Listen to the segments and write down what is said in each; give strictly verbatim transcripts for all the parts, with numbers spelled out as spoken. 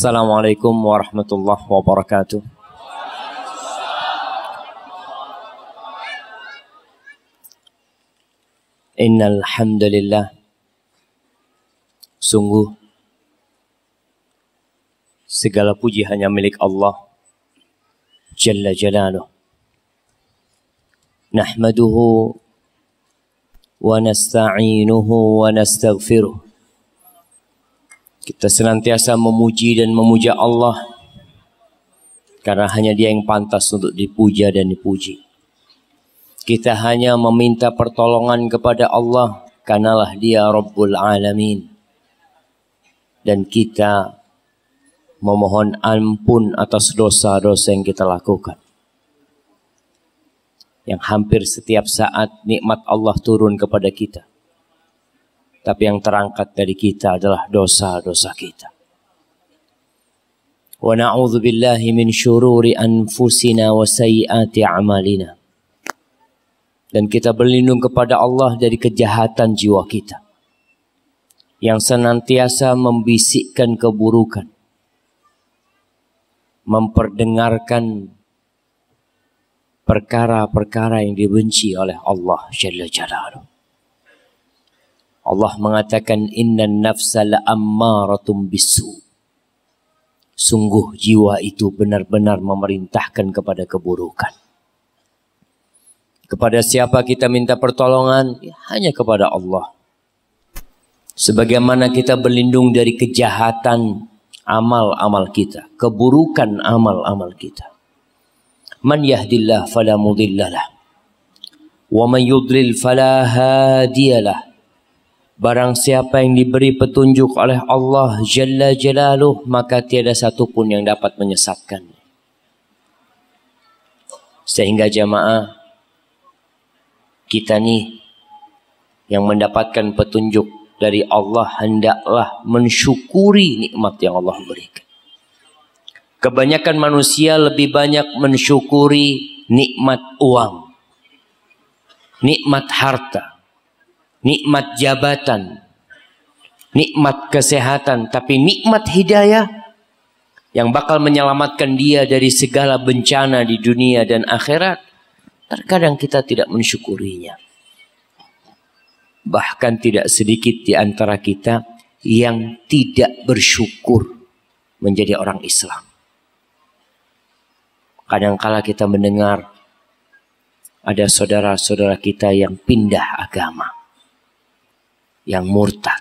Assalamualaikum warahmatullahi wabarakatuh. Innal hamdalillah, sungguh segala puji hanya milik Allah Jalla Jalaluh. Nahmaduhu wa nasta'inuhu wa nastaghfiruh. Kita senantiasa memuji dan memuja Allah karena hanya Dia yang pantas untuk dipuja dan dipuji. Kita hanya meminta pertolongan kepada Allah karenalah Dia Rabbul Alamin. Dan kita memohon ampun atas dosa-dosa yang kita lakukan. Yang hampir setiap saat nikmat Allah turun kepada kita. Tapi yang terangkat dari kita adalah dosa-dosa kita. Wa na'udzu billahi min syururi anfusina wa sayyiati a'malina. Dan kita berlindung kepada Allah dari kejahatan jiwa kita. Yang senantiasa membisikkan keburukan. Memperdengarkan perkara-perkara yang dibenci oleh Allah Jalla Jalaluh. Allah mengatakan innan nafsa la'ammaratun bisu. Sungguh jiwa itu benar-benar memerintahkan kepada keburukan. Kepada siapa kita minta pertolongan? Ya, hanya kepada Allah. Sebagaimana kita berlindung dari kejahatan amal-amal kita, keburukan amal-amal kita. Man yahdillah fala mudhillalah, wa man yudlil fala hadiyalah. Barang siapa yang diberi petunjuk oleh Allah Jalla Jalaluh, maka tiada satupun yang dapat menyesatkannya. Sehingga jamaah, kita nih yang mendapatkan petunjuk dari Allah hendaklah mensyukuri nikmat yang Allah berikan. Kebanyakan manusia lebih banyak mensyukuri nikmat uang, nikmat harta, nikmat jabatan, nikmat kesehatan, tapi nikmat hidayah yang bakal menyelamatkan dia dari segala bencana di dunia dan akhirat, terkadang kita tidak mensyukurinya. Bahkan tidak sedikit di antara kita yang tidak bersyukur menjadi orang Islam. Kadangkala kita mendengar ada saudara-saudara kita yang pindah agama, yang murtad.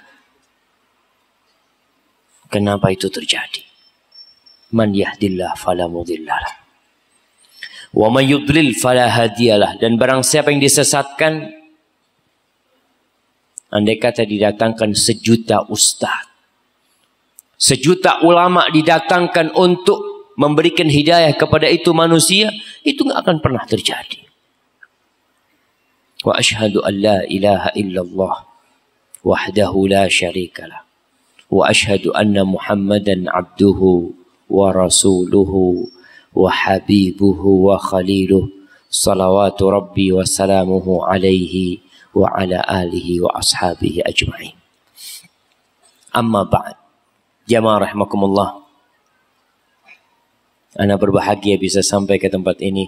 Kenapa itu terjadi? Man yahdillah fala mudhillalah, wa man yudlil fala hadiyalah. Dan barang siapa yang disesatkan, andai kata didatangkan sejuta ustaz, sejuta ulama didatangkan untuk memberikan hidayah kepada itu manusia, itu nggak akan pernah terjadi. Wa asyhadu an la ilaha illallah wahdahu la syarikalah wa asyhadu anna Muhammadan abduhu wa rasuluhu wa habibuhu wa khaliluh salawatu rabbi wa salamuhu alaihi wa ala alihi wa ashabihi ajma'in. Amma ba'd. Jamaah rahimakumullah, ana berbahagia bisa sampai ke tempat ini.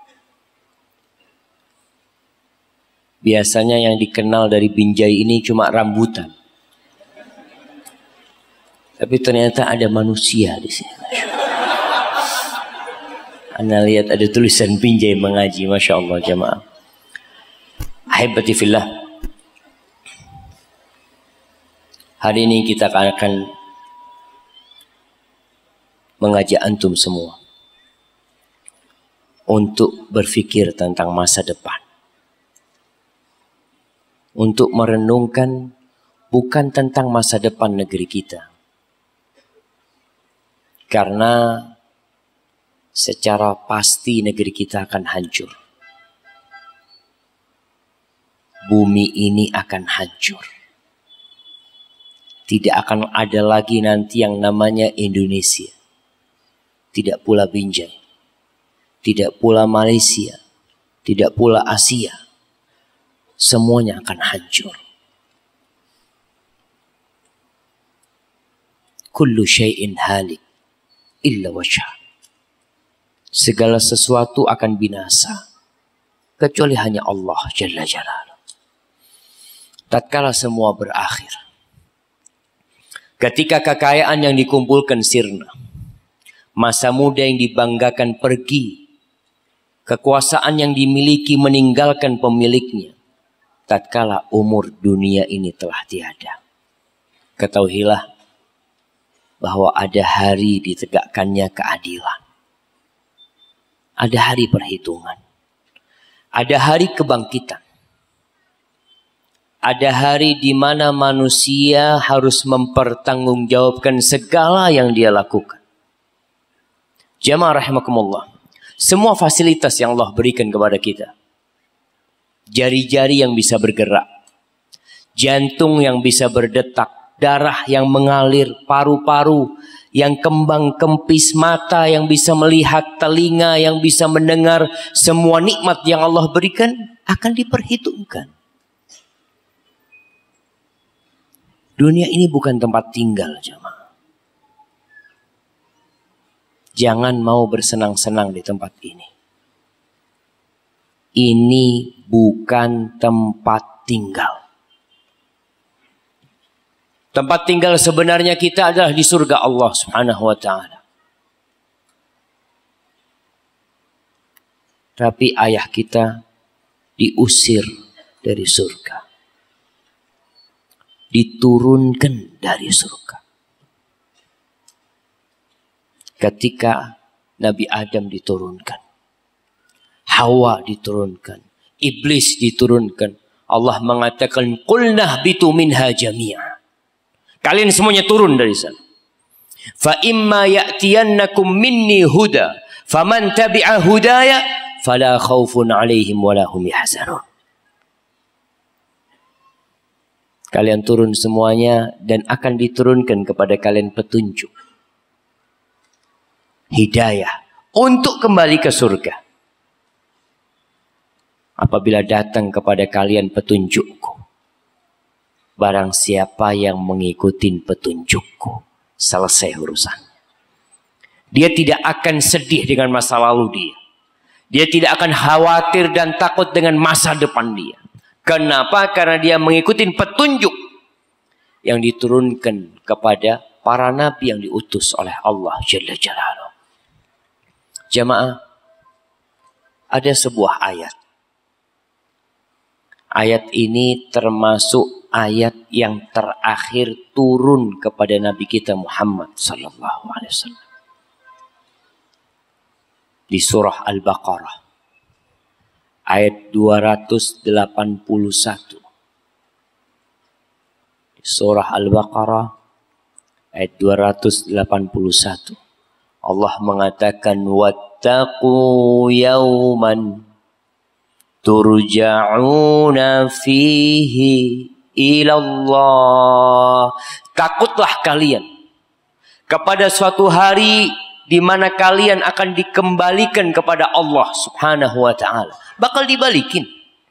Biasanya yang dikenal dari Binjai ini cuma rambutan. Tapi ternyata ada manusia di sini. Ana lihat ada tulisan Binjai mengaji, Masya Allah jamaah. Ahibati fillah. Hari ini kita akan mengajak antum semua untuk berfikir tentang masa depan. Untuk merenungkan bukan tentang masa depan negeri kita. Karena secara pasti negeri kita akan hancur. Bumi ini akan hancur. Tidak akan ada lagi nanti yang namanya Indonesia. Tidak pula Binjai. Tidak pula Malaysia. Tidak pula Asia. Semuanya akan hancur. Kullu syai'in halik illa wajha. Segala sesuatu akan binasa kecuali hanya Allah Jalla Jalaluh. Tatkala semua berakhir, ketika kekayaan yang dikumpulkan sirna, masa muda yang dibanggakan pergi, kekuasaan yang dimiliki meninggalkan pemiliknya, tatkala umur dunia ini telah tiada, ketahuilah bahwa ada hari ditegakkannya keadilan. Ada hari perhitungan. Ada hari kebangkitan. Ada hari di mana manusia harus mempertanggungjawabkan segala yang dia lakukan. Jamaah rahimakumullah. Semua fasilitas yang Allah berikan kepada kita. Jari-jari yang bisa bergerak. Jantung yang bisa berdetak. Darah yang mengalir, paru-paru yang kembang kempis, mata yang bisa melihat, telinga yang bisa mendengar, semua nikmat yang Allah berikan akan diperhitungkan. Dunia ini bukan tempat tinggal, jemaah. Jangan mau bersenang-senang di tempat ini. Ini bukan tempat tinggal. Tempat tinggal sebenarnya kita adalah di surga Allah Subhanahu wa ta'ala. Tapi ayah kita diusir dari surga. Diturunkan dari surga. Ketika Nabi Adam diturunkan. Hawa diturunkan. Iblis diturunkan. Allah mengatakan, "Qulnah bitu minha jami'a." Kalian semuanya turun dari sana. Fa imma ya'tiyannakum minni huda, faman tabi'a hudaya fala khaufun 'alaihim wala hum yahzanun. Kalian turun semuanya dan akan diturunkan kepada kalian petunjuk. Hidayah untuk kembali ke surga. Apabila datang kepada kalian petunjukku, barang siapa yang mengikuti petunjukku, selesai urusan. Dia tidak akan sedih dengan masa lalu dia. Dia tidak akan khawatir dan takut dengan masa depan dia. Kenapa? Karena dia mengikuti petunjuk yang diturunkan kepada para nabi yang diutus oleh Allah Jalla Jalaluh. Jamaah, ada sebuah ayat. Ayat ini termasuk ayat yang terakhir turun kepada Nabi kita Muhammad sallallahu alaihi wasallam. Di surah Al-Baqarah ayat dua ratus delapan puluh satu. Di surah Al-Baqarah ayat dua ratus delapan puluh satu. Allah mengatakan, "Wattaqu yawman turja'una fihi ilallah." Takutlah kalian kepada suatu hari di mana kalian akan dikembalikan kepada Allah Subhanahu wa ta'ala. Bakal dibalikin.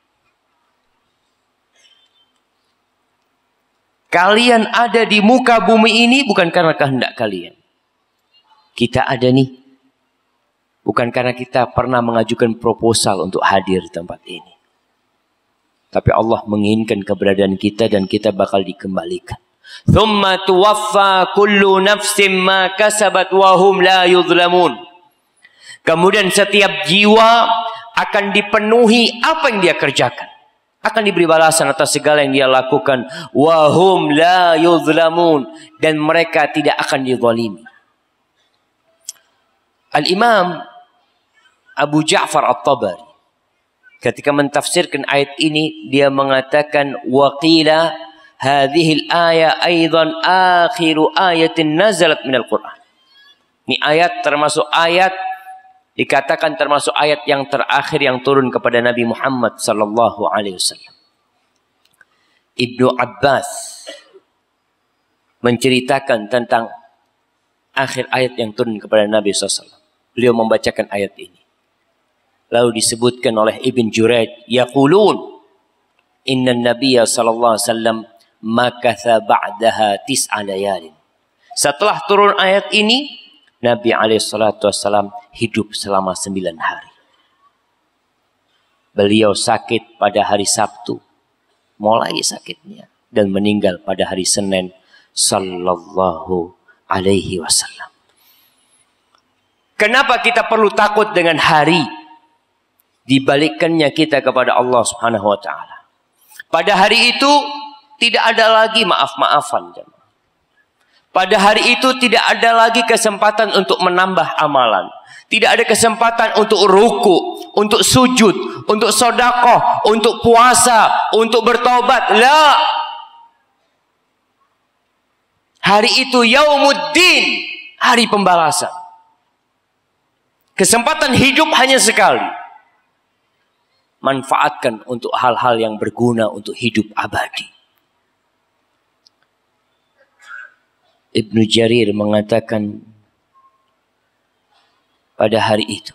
Kalian ada di muka bumi ini bukan karena kehendak kalian. Kita ada nih bukan karena kita pernah mengajukan proposal untuk hadir di tempat ini. Tapi Allah menginginkan keberadaan kita dan kita bakal dikembalikan. Thumma tuwaffa kullu nafsin ma kasabat wa hum la yuzlamun. Kemudian setiap jiwa akan dipenuhi apa yang dia kerjakan. Akan diberi balasan atas segala yang dia lakukan. Wa hum la yuzlamun. Dan mereka tidak akan dizalimi. Al-Imam Abu Ja'far At-Tabari ketika mentafsirkan ayat ini, dia mengatakan, waqila hadhihi al-aya aidan akhiru ayatin nazalat minal Qur'an. Ini ayat termasuk ayat, dikatakan termasuk ayat yang terakhir yang turun kepada Nabi Muhammad sallallahu alaihi wasallam. Ibnu Abbas menceritakan tentang akhir ayat yang turun kepada Nabi sallallahu alaihi wasallam. Beliau membacakan ayat ini. Lalu disebutkan oleh Ibn Jurayd, yaqulun inna nabiyya sallallahu alaihi wasallam makatha ba'daha tis'a layalin. Setelah turun ayat ini, Nabi alaihi salatu wassalam hidup selama sembilan hari. Beliau sakit pada hari Sabtu, mulai sakitnya, dan meninggal pada hari Senin sallallahu alaihi wasallam. Kenapa kita perlu takut dengan hari? Dibalikkannya kita kepada Allah Subhanahu wa taala. Pada hari itu tidak ada lagi maaf-maafan, jemaah. Pada hari itu tidak ada lagi kesempatan untuk menambah amalan. Tidak ada kesempatan untuk ruku, untuk sujud, untuk sedekah, untuk puasa, untuk bertobat. La. Hari itu yaumuddin, hari pembalasan. Kesempatan hidup hanya sekali. Manfaatkan untuk hal-hal yang berguna untuk hidup abadi. Ibnu Jarir mengatakan pada hari itu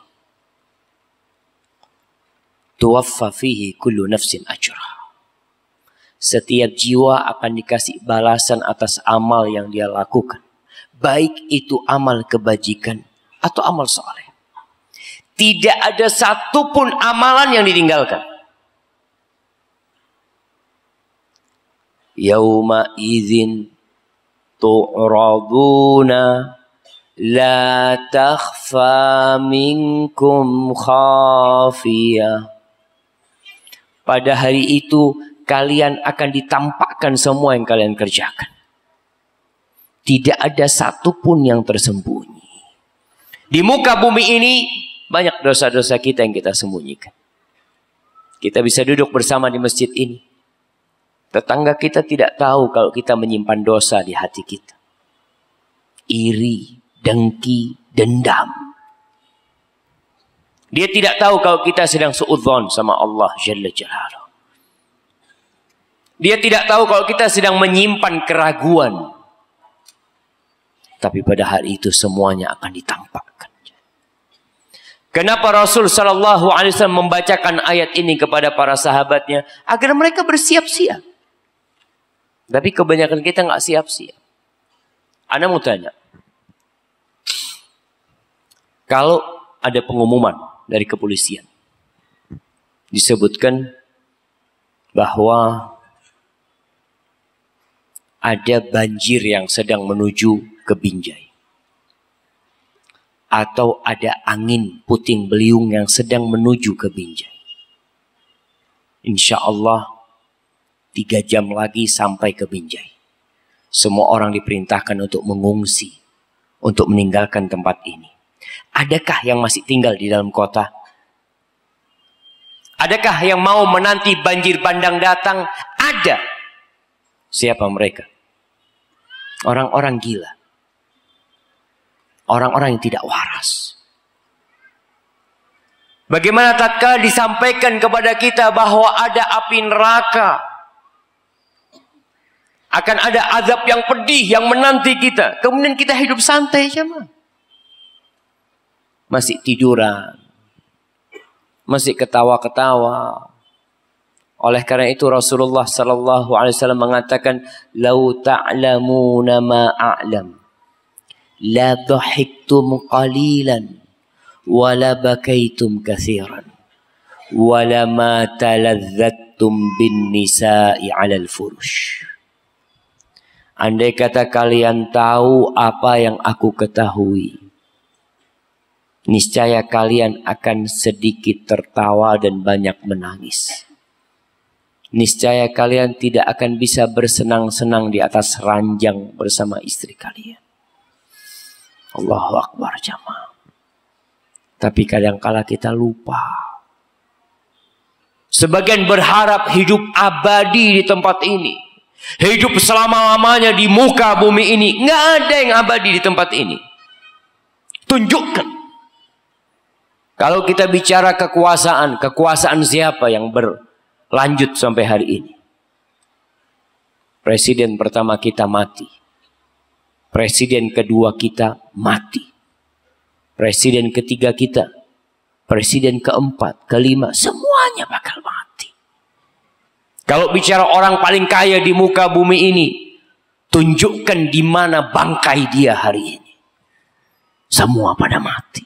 tuwaffa fihi kullu nafsin ajrah. Setiap jiwa akan dikasih balasan atas amal yang dia lakukan, baik itu amal kebajikan atau amal soleh. Tidak ada satupun amalan yang ditinggalkan. Yauma idzin tu'raduna la takhfa minkum khafiyah. Pada hari itu kalian akan ditampakkan semua yang kalian kerjakan. Tidak ada satupun yang tersembunyi. Di muka bumi ini banyak dosa-dosa kita yang kita sembunyikan. Kita bisa duduk bersama di masjid ini. Tetangga kita tidak tahu kalau kita menyimpan dosa di hati kita. Iri, dengki, dendam. Dia tidak tahu kalau kita sedang suudzon sama Allah Jalla Jalaluhu. Dia tidak tahu kalau kita sedang menyimpan keraguan. Tapi pada hari itu semuanya akan ditampakkan. Kenapa Rasul Shallallahu Alaihi Wasallam membacakan ayat ini kepada para sahabatnya? Agar mereka bersiap-siap. Tapi kebanyakan kita nggak siap-siap. Anda mau tanya. Kalau ada pengumuman dari kepolisian. Disebutkan bahwa ada banjir yang sedang menuju ke Binjai. Atau ada angin puting beliung yang sedang menuju ke Binjai. Insya Allah tiga jam lagi sampai ke Binjai. Semua orang diperintahkan untuk mengungsi, untuk meninggalkan tempat ini. Adakah yang masih tinggal di dalam kota? Adakah yang mau menanti banjir bandang datang? Ada. Siapa mereka? Orang-orang gila. Orang-orang yang tidak waras. Bagaimana tatkala disampaikan kepada kita bahwa ada api neraka, akan ada azab yang pedih yang menanti kita, kemudian kita hidup santai saja, masih tiduran, masih ketawa-ketawa. Oleh karena itu Rasulullah Sallallahu Alaihi Wasallam mengatakan, "Lau ta'lamuna ma a'lam, la dhahiktum qalilan, wa la bakaitum katsiran, wa la ma taladzattum bin nisa'i 'alal furush." Andai kata kalian tahu apa yang aku ketahui, niscaya kalian akan sedikit tertawa dan banyak menangis. Niscaya kalian tidak akan bisa bersenang-senang di atas ranjang bersama istri kalian. Allahu Akbar jamaah. Tapi kadangkala kita lupa. Sebagian berharap hidup abadi di tempat ini. Hidup selama-lamanya di muka bumi ini. Nggak ada yang abadi di tempat ini. Tunjukkan. Kalau kita bicara kekuasaan, kekuasaan siapa yang berlanjut sampai hari ini? Presiden pertama kita mati. Presiden kedua kita mati. Presiden ketiga kita. Presiden keempat, kelima, semuanya bakal mati. Kalau bicara orang paling kaya di muka bumi ini, tunjukkan di mana bangkai dia hari ini. Semua pada mati.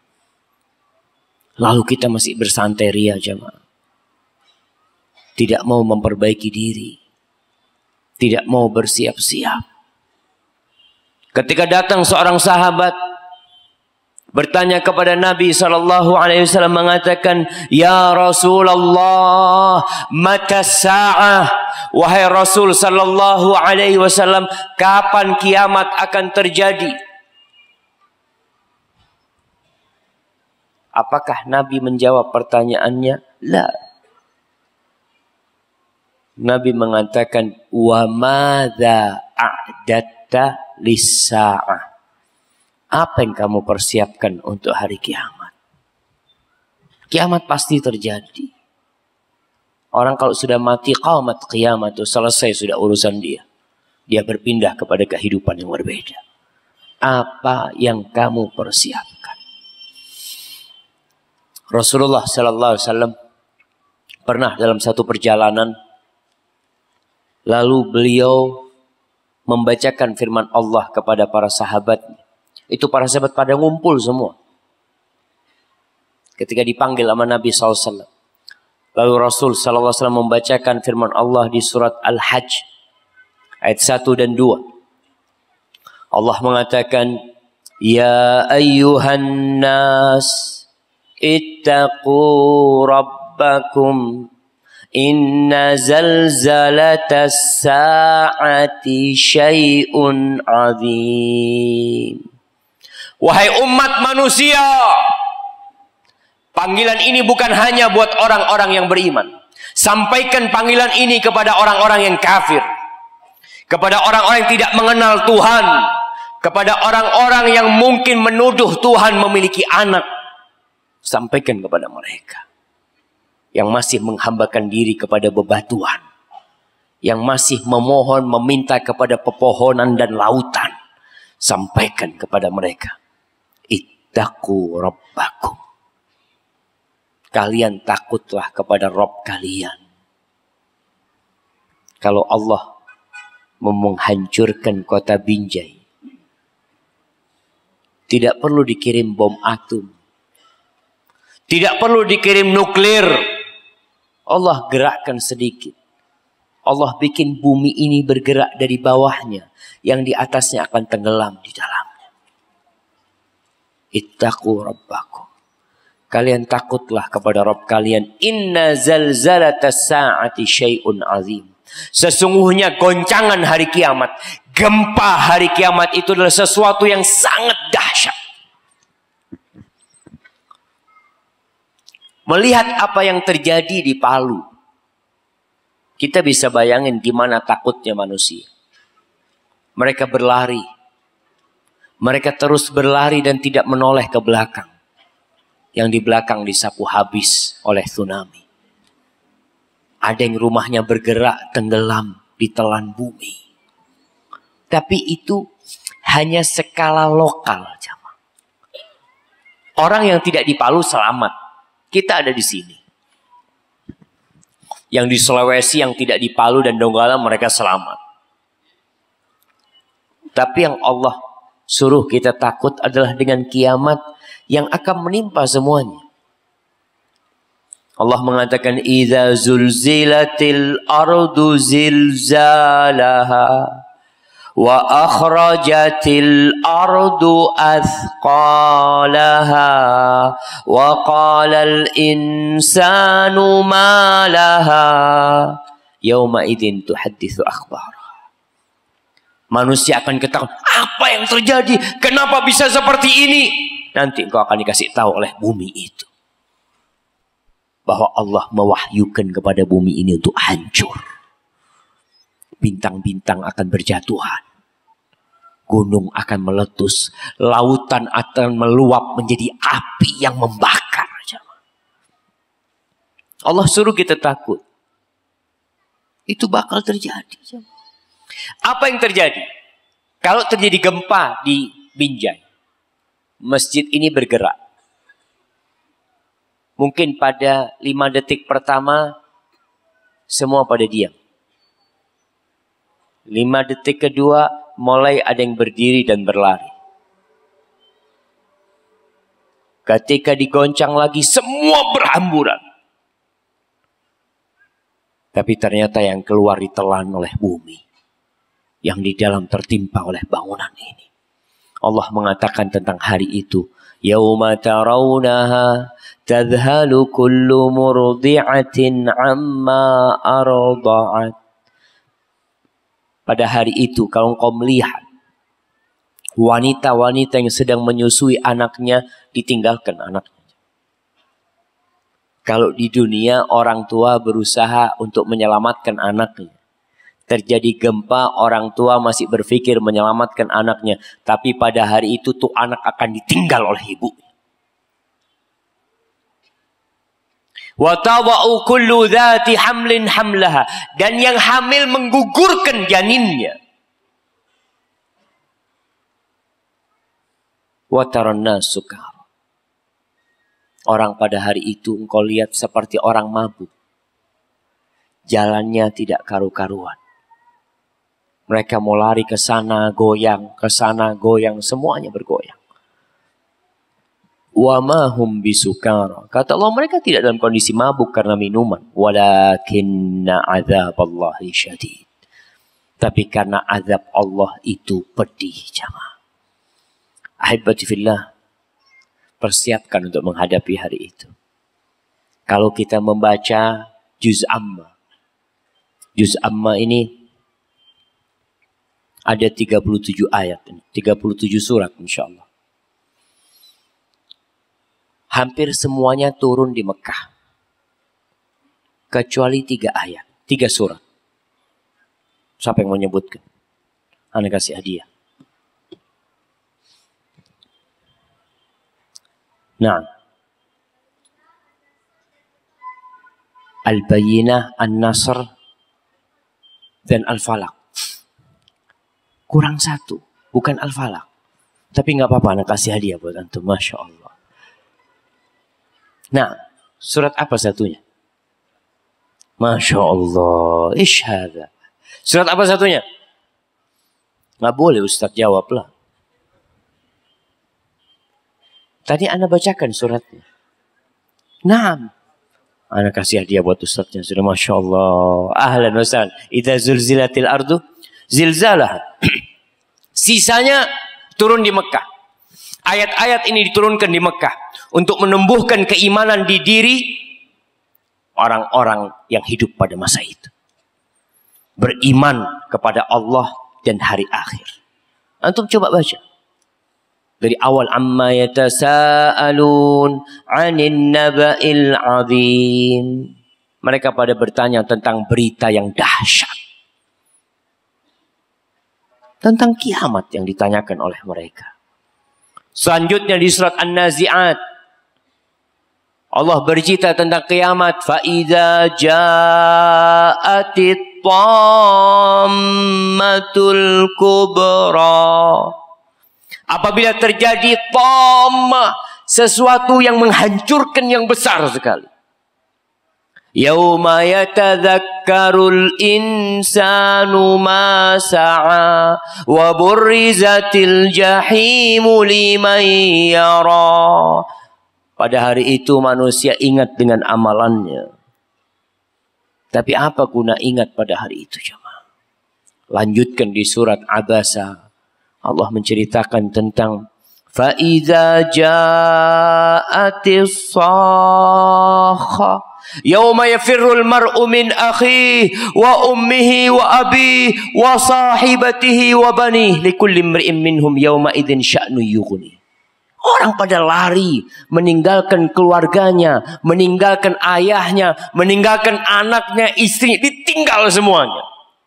Lalu kita masih bersantai ria jemaah. Tidak mau memperbaiki diri. Tidak mau bersiap-siap. Ketika datang seorang sahabat bertanya kepada Nabi shallallahu alaihi wasallam mengatakan, "Ya Rasulullah, mata sa'ah?" Wahai Rasul sallallahu alaihi wasallam, kapan kiamat akan terjadi? Apakah Nabi menjawab pertanyaannya? La. Nabi mengatakan, "Wa madza a'datta lis-sa'ah?" Apa yang kamu persiapkan untuk hari kiamat? Kiamat pasti terjadi. Orang kalau sudah mati, qamat kiamat, itu selesai sudah urusan dia. Dia berpindah kepada kehidupan yang berbeda. Apa yang kamu persiapkan? Rasulullah sallallahu alaihi wasallam pernah dalam satu perjalanan, lalu beliau membacakan firman Allah kepada para sahabatnya. Itu para sahabat pada ngumpul semua. Ketika dipanggil sama Nabi sallallahu alaihi wasallam. Lalu Rasul sallallahu alaihi wasallam membacakan firman Allah di surat Al-Hajj ayat satu dan dua. Allah mengatakan, "Ya ayyuhan nas, ittaqu rabbakum, inna zalzalatas sa'ati syai'un 'azim." Wahai umat manusia, panggilan ini bukan hanya buat orang-orang yang beriman. Sampaikan panggilan ini kepada orang-orang yang kafir. Kepada orang-orang yang tidak mengenal Tuhan. Kepada orang-orang yang mungkin menuduh Tuhan memiliki anak. Sampaikan kepada mereka. Yang masih menghambakan diri kepada bebatuan. Yang masih memohon, meminta kepada pepohonan dan lautan. Sampaikan kepada mereka. Ittaqu rabbakum. Kalian takutlah kepada Rabb kalian. Kalau Allah menghancurkan kota Binjai, tidak perlu dikirim bom atom. Tidak perlu dikirim nuklir. Allah gerakkan sedikit. Allah bikin bumi ini bergerak dari bawahnya. Yang di atasnya akan tenggelam di dalamnya. Ittaqu rabbakum. Kalian takutlah kepada Rabb kalian. Inna zalzalatas sa'ati syai'un 'azim. Sesungguhnya goncangan hari kiamat, gempa hari kiamat itu adalah sesuatu yang sangat dahsyat. Melihat apa yang terjadi di Palu, kita bisa bayangin gimana takutnya manusia. Mereka berlari. Mereka terus berlari dan tidak menoleh ke belakang. Yang di belakang disapu habis oleh tsunami. Ada yang rumahnya bergerak tenggelam ditelan bumi. Tapi itu hanya skala lokal. Orang yang tidak di Palu selamat. Kita ada di sini. Yang di Sulawesi yang tidak di Palu dan Donggala mereka selamat. Tapi yang Allah suruh kita takut adalah dengan kiamat yang akan menimpa semuanya. Allah mengatakan, "Idza zulzilatil ardu zilzalaha wa akhrajatil ardu athqalaha wa qalal insanu ma laha yauma idzin tuhadditsu akhbara." Manusia akan ketakutan, apa yang terjadi? Kenapa bisa seperti ini? Nanti engkau akan dikasih tahu oleh bumi itu. Bahwa Allah mewahyukan kepada bumi ini untuk hancur. Bintang-bintang akan berjatuhan. Gunung akan meletus. Lautan akan meluap menjadi api yang membakar. Allah suruh kita takut. Itu bakal terjadi. Apa yang terjadi? Kalau terjadi gempa di Binjai. Masjid ini bergerak. Mungkin pada lima detik pertama semua pada diam. Lima detik kedua mulai ada yang berdiri dan berlari. Ketika digoncang lagi semua berhamburan. Tapi ternyata yang keluar ditelan oleh bumi. Yang di dalam tertimpa oleh bangunan ini. Allah mengatakan tentang hari itu. Yauma tarawunaha tadhalu kullu murdi'atin amma arda'at. Pada hari itu kalau engkau melihat wanita-wanita yang sedang menyusui anaknya ditinggalkan anaknya. Kalau di dunia orang tua berusaha untuk menyelamatkan anaknya. Terjadi gempa, orang tua masih berpikir menyelamatkan anaknya. Tapi pada hari itu tuh anak akan ditinggal oleh ibu. Wa tada'u kullu dhati hamlin hamlaha. Dan yang hamil menggugurkan janinnya. Wa taranna sukara. Orang pada hari itu engkau lihat seperti orang mabuk. Jalannya tidak karu-karuan. Mereka mau lari ke sana goyang, ke sana goyang, semuanya bergoyang. Wa ma hum bisukara. Kata Allah, mereka tidak dalam kondisi mabuk karena minuman. Walakinna adzaballahi syadid. Tapi karena azab Allah itu pedih, jamaah. Ahibati fillah, persiapkan untuk menghadapi hari itu. Kalau kita membaca Juz Amma. Juz Amma ini ada tiga puluh tujuh ayat, tiga puluh tujuh surat insyaallah. Hampir semuanya turun di Mekah. Kecuali tiga ayat, tiga surat. Siapa yang mau menyebutkan? Anda kasih hadiah. Nah. Al-Bayyinah, An-Nasr, dan Al-Falaq. Kurang satu, bukan Al-Falaq. Tapi nggak apa-apa, anak kasih hadiah buat antum. Masya Allah. Nah, surat apa satunya? Masya Allah. Ish hadha. Surat apa satunya? Nggak boleh Ustaz jawab lah. Tadi Anda bacakan suratnya. Naam. Anda kasih hadiah buat Ustaznya. Sudah Masya Allah. Ahlan wa sahlan. Idza zulzilatil ardu zilzalah. Sisanya turun di Mekah. Ayat-ayat ini diturunkan di Mekah untuk menumbuhkan keimanan di diri orang-orang yang hidup pada masa itu. Beriman kepada Allah dan hari akhir. Antum coba baca. Dari awal amma yatasaalun 'anil naba'il 'adzim. Mereka pada bertanya tentang berita yang dahsyat. Tentang kiamat yang ditanyakan oleh mereka. Selanjutnya di surat An-Nazi'at. Allah bercerita tentang kiamat. Fa'idha ja'atit tammatul kubra. Apabila terjadi tammah. Sesuatu yang menghancurkan yang besar sekali. Yauma yatadzakkarul insanu ma sa'a wa burrizatil jahimu liman yara. Pada hari itu manusia ingat dengan amalannya. Tapi apa guna ingat pada hari itu jemaah? Lanjutkan di surat Abasa. Allah menceritakan tentang فَإِذَا جَاءَتِ الصَّاخَّةُ يَوْمَ يَفِرُّ الْمَرْءُ مِنْ أَخِيهِ وَأُمِّهِ وَأَبِيهِ وَصَاحِبَتِهِ وَبَنِيهِ لِكُلِّ امْرِئٍ مِّنْهُمْ يَوْمَئِذٍ شَأْنُ يُغْنِيهِ. Orang pada lari, meninggalkan keluarganya, meninggalkan ayahnya, meninggalkan anaknya, istrinya, ditinggal semuanya.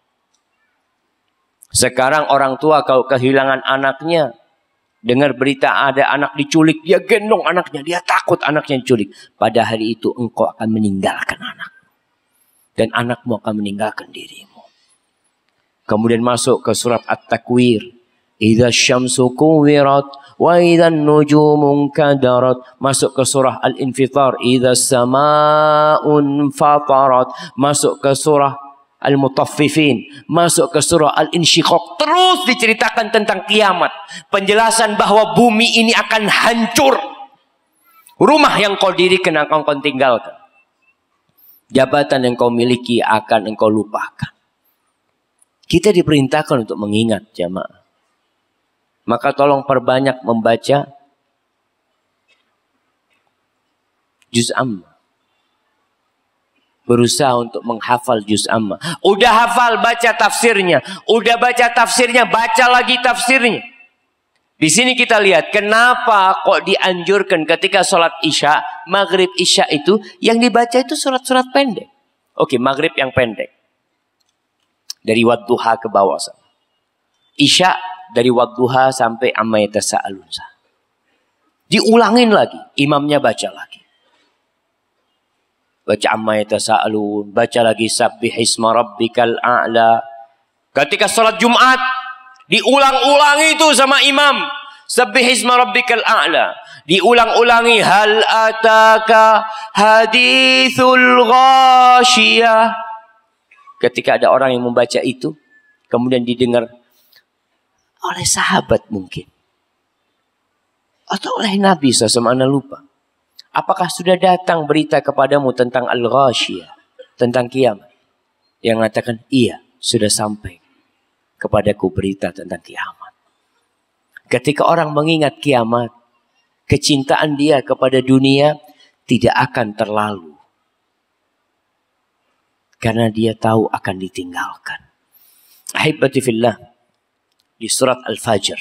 Sekarang orang tua kalau kehilangan anaknya, dengar berita ada anak diculik, dia gendong anaknya, dia takut anaknya diculik. Pada hari itu engkau akan meninggalkan anak. Dan anakmu akan meninggalkan dirimu. Kemudian masuk ke surat At-Takwir. Idza syamsu kuwirat wa idza nujumu kadarat. Masuk ke surah Al-Infitar. Idza samaa'un fatarat. Masuk ke surah Al-Mutaffifin. Masuk ke surah Al-Insyiqaq. Terus diceritakan tentang kiamat. Penjelasan bahwa bumi ini akan hancur. Rumah yang kau dirikan akan kau tinggalkan. Jabatan yang kau miliki akan engkau lupakan. Kita diperintahkan untuk mengingat jamaah. Maka tolong perbanyak membaca juz amma. Berusaha untuk menghafal juz amma. Udah hafal, baca tafsirnya. Udah baca tafsirnya, baca lagi tafsirnya. Di sini kita lihat kenapa kok dianjurkan ketika sholat isya, maghrib isya itu yang dibaca itu surat-surat pendek. Oke, maghrib yang pendek. Dari wadduha ke bawah sana. Isya dari wadduha sampai amma yatasaalun. Diulangin lagi, imamnya baca lagi. Baca amma yatasaalun, baca lagi sabbih isma rabbikal a'la. Ketika sholat Jumat, diulang-ulangi itu sama imam. Sabbih isma rabbikal a'la. Diulang-ulangi hal ataka hadithul ghashiyah. Ketika ada orang yang membaca itu, kemudian didengar oleh sahabat mungkin. Atau oleh Nabi shallallahu alaihi wasallam, Anda lupa. Apakah sudah datang berita kepadamu tentang al-ghashiyah, tentang kiamat? Yang mengatakan, iya, sudah sampai kepadaku berita tentang kiamat. Ketika orang mengingat kiamat, kecintaan dia kepada dunia tidak akan terlalu. Karena dia tahu akan ditinggalkan. Ahibati fillah, di surat Al-Fajr,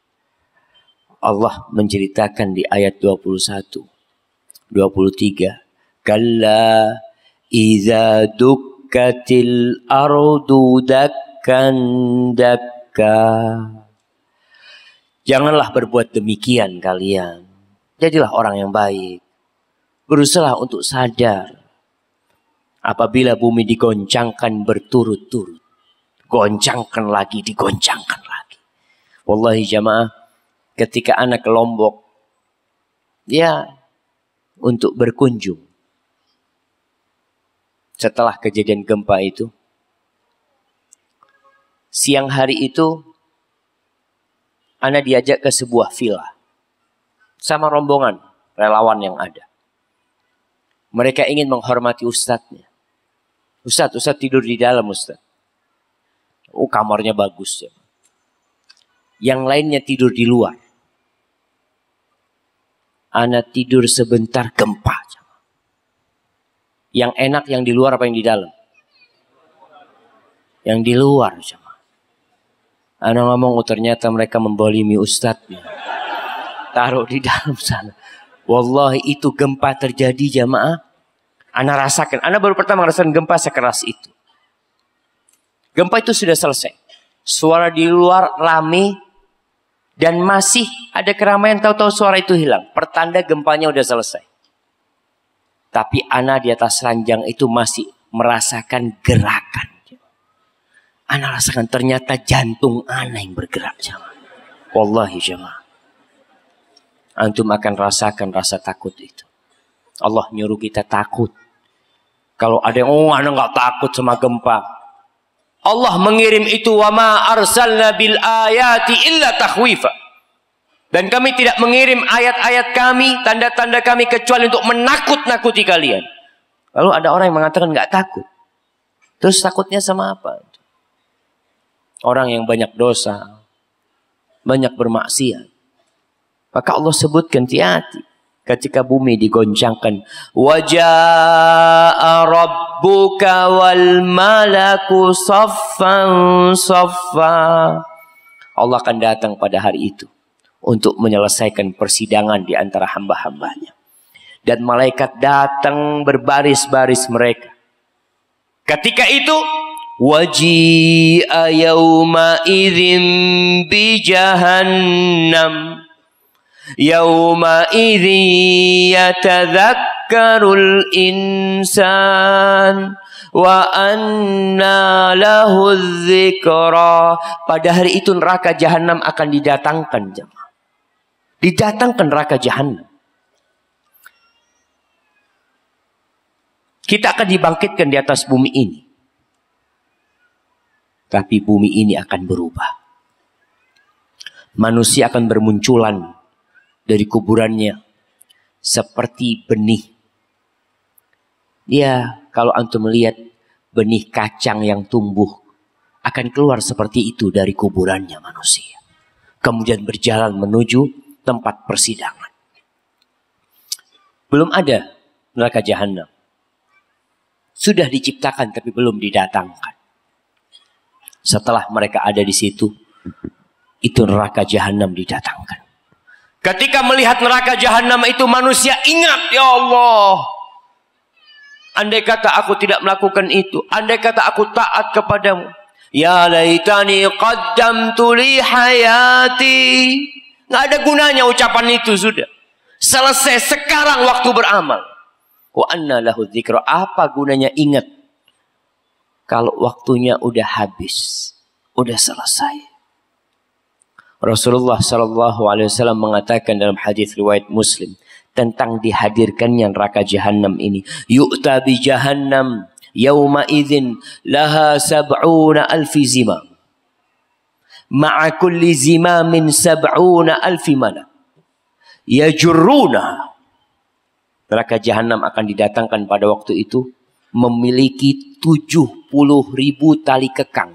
Allah menceritakan di ayat dua puluh satu, dua puluh tiga. Kalla iza dukkatil ardu dakkan dakka. Janganlah berbuat demikian kalian. Jadilah orang yang baik. Berusaha untuk sadar. Apabila bumi digoncangkan berturut-turut. Goncangkan lagi, digoncangkan lagi. Wallahi jamaah, ketika anak ke Lombok, ya untuk berkunjung. Setelah kejadian gempa itu, siang hari itu, anak diajak ke sebuah villa. Sama rombongan relawan yang ada. Mereka ingin menghormati ustadznya. Ustadz, Ustadz tidur di dalam Ustadz. Oh, kamarnya bagus ya. Yang lainnya tidur di luar. Anak tidur sebentar gempa. Yang enak yang di luar apa yang di dalam? Yang di luar. Anak ngomong, oh ternyata mereka membolimi ustadznya. Taruh di dalam sana. Wallahi itu gempa terjadi jamaah. Anak rasakan. Anak baru pertama merasakan gempa sekeras itu. Gempa itu sudah selesai. Suara di luar rame. Dan masih ada keramaian, tahu-tahu suara itu hilang. Pertanda gempanya udah selesai. Tapi anak di atas ranjang itu masih merasakan gerakan. Anak rasakan ternyata jantung anak yang bergerak. Jamaah. Wallahi jamaah. Antum akan rasakan rasa takut itu. Allah nyuruh kita takut. Kalau ada yang, oh anak gak takut sama gempa. Allah mengirim itu, wa ma arsalna bil ayati illa takhwifa. Dan kami tidak mengirim ayat-ayat kami, tanda-tanda kami kecuali untuk menakut-nakuti kalian. Lalu ada orang yang mengatakan gak takut. Terus takutnya sama apa? Orang yang banyak dosa, banyak bermaksiat. Maka Allah sebutkan hati-hati. Ketika bumi digoncangkan, waja'a rabbuka wal malaku saffan saffa. Allah akan datang pada hari itu untuk menyelesaikan persidangan di antara hamba-hambanya. Dan malaikat datang berbaris-baris mereka. Ketika itu, waji'a yawma idzin bi jahannam. Yauma idzi yatadzakkarul insan wa anna lahu dzikra. Pada hari itu neraka jahanam akan didatangkan jemaah. Didatangkan neraka jahanam. Kita akan dibangkitkan di atas bumi ini. Tapi bumi ini akan berubah. Manusia akan bermunculan dari kuburannya seperti benih. Ya, kalau antum melihat benih kacang yang tumbuh, akan keluar seperti itu dari kuburannya manusia. Kemudian berjalan menuju tempat persidangan. Belum ada neraka jahanam. Sudah diciptakan tapi belum didatangkan. Setelah mereka ada di situ, itu neraka jahanam didatangkan. Ketika melihat neraka jahanam itu, manusia ingat, ya Allah, andai kata aku tidak melakukan itu, andai kata aku taat kepadamu, ya laitani qaddamtu li hayati. Nggak ada gunanya ucapan itu, sudah selesai. Sekarang waktu beramal. Wa anna lahu dzikra. Apa gunanya ingat kalau waktunya udah habis, udah selesai. Rasulullah Shallallahu Alaihi Wasallam mengatakan dalam hadis riwayat Muslim tentang dihadirkannya neraka jahanam ini. Yu'ta bi jahannam yawma idzin laha sab'una alfi zimam. Ma'a kulli zimamin sab'una alfi malak. Yajurruna. Neraka jahanam akan didatangkan pada waktu itu memiliki tujuh puluh ribu tali kekang.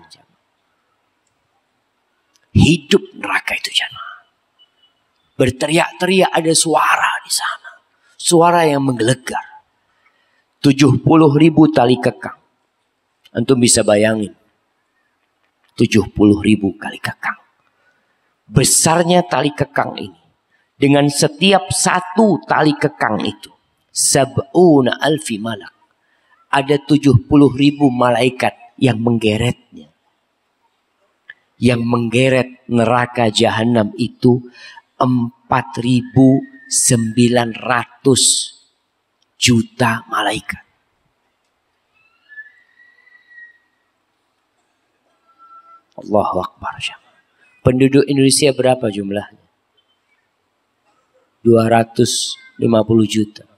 Hidup neraka itu jemaah. Berteriak-teriak, ada suara di sana. Suara yang menggelegar. tujuh puluh ribu tali kekang. Antum bisa bayangin. tujuh puluh ribu kali kekang. Besarnya tali kekang ini. Dengan setiap satu tali kekang itu. Sab'una alfi malak. Ada tujuh puluh ribu malaikat yang menggeretnya. Yang menggeret neraka jahanam itu empat ribu sembilan ratus juta malaikat. Allahu Akbar. Penduduk Indonesia berapa jumlahnya? dua ratus lima puluh juta.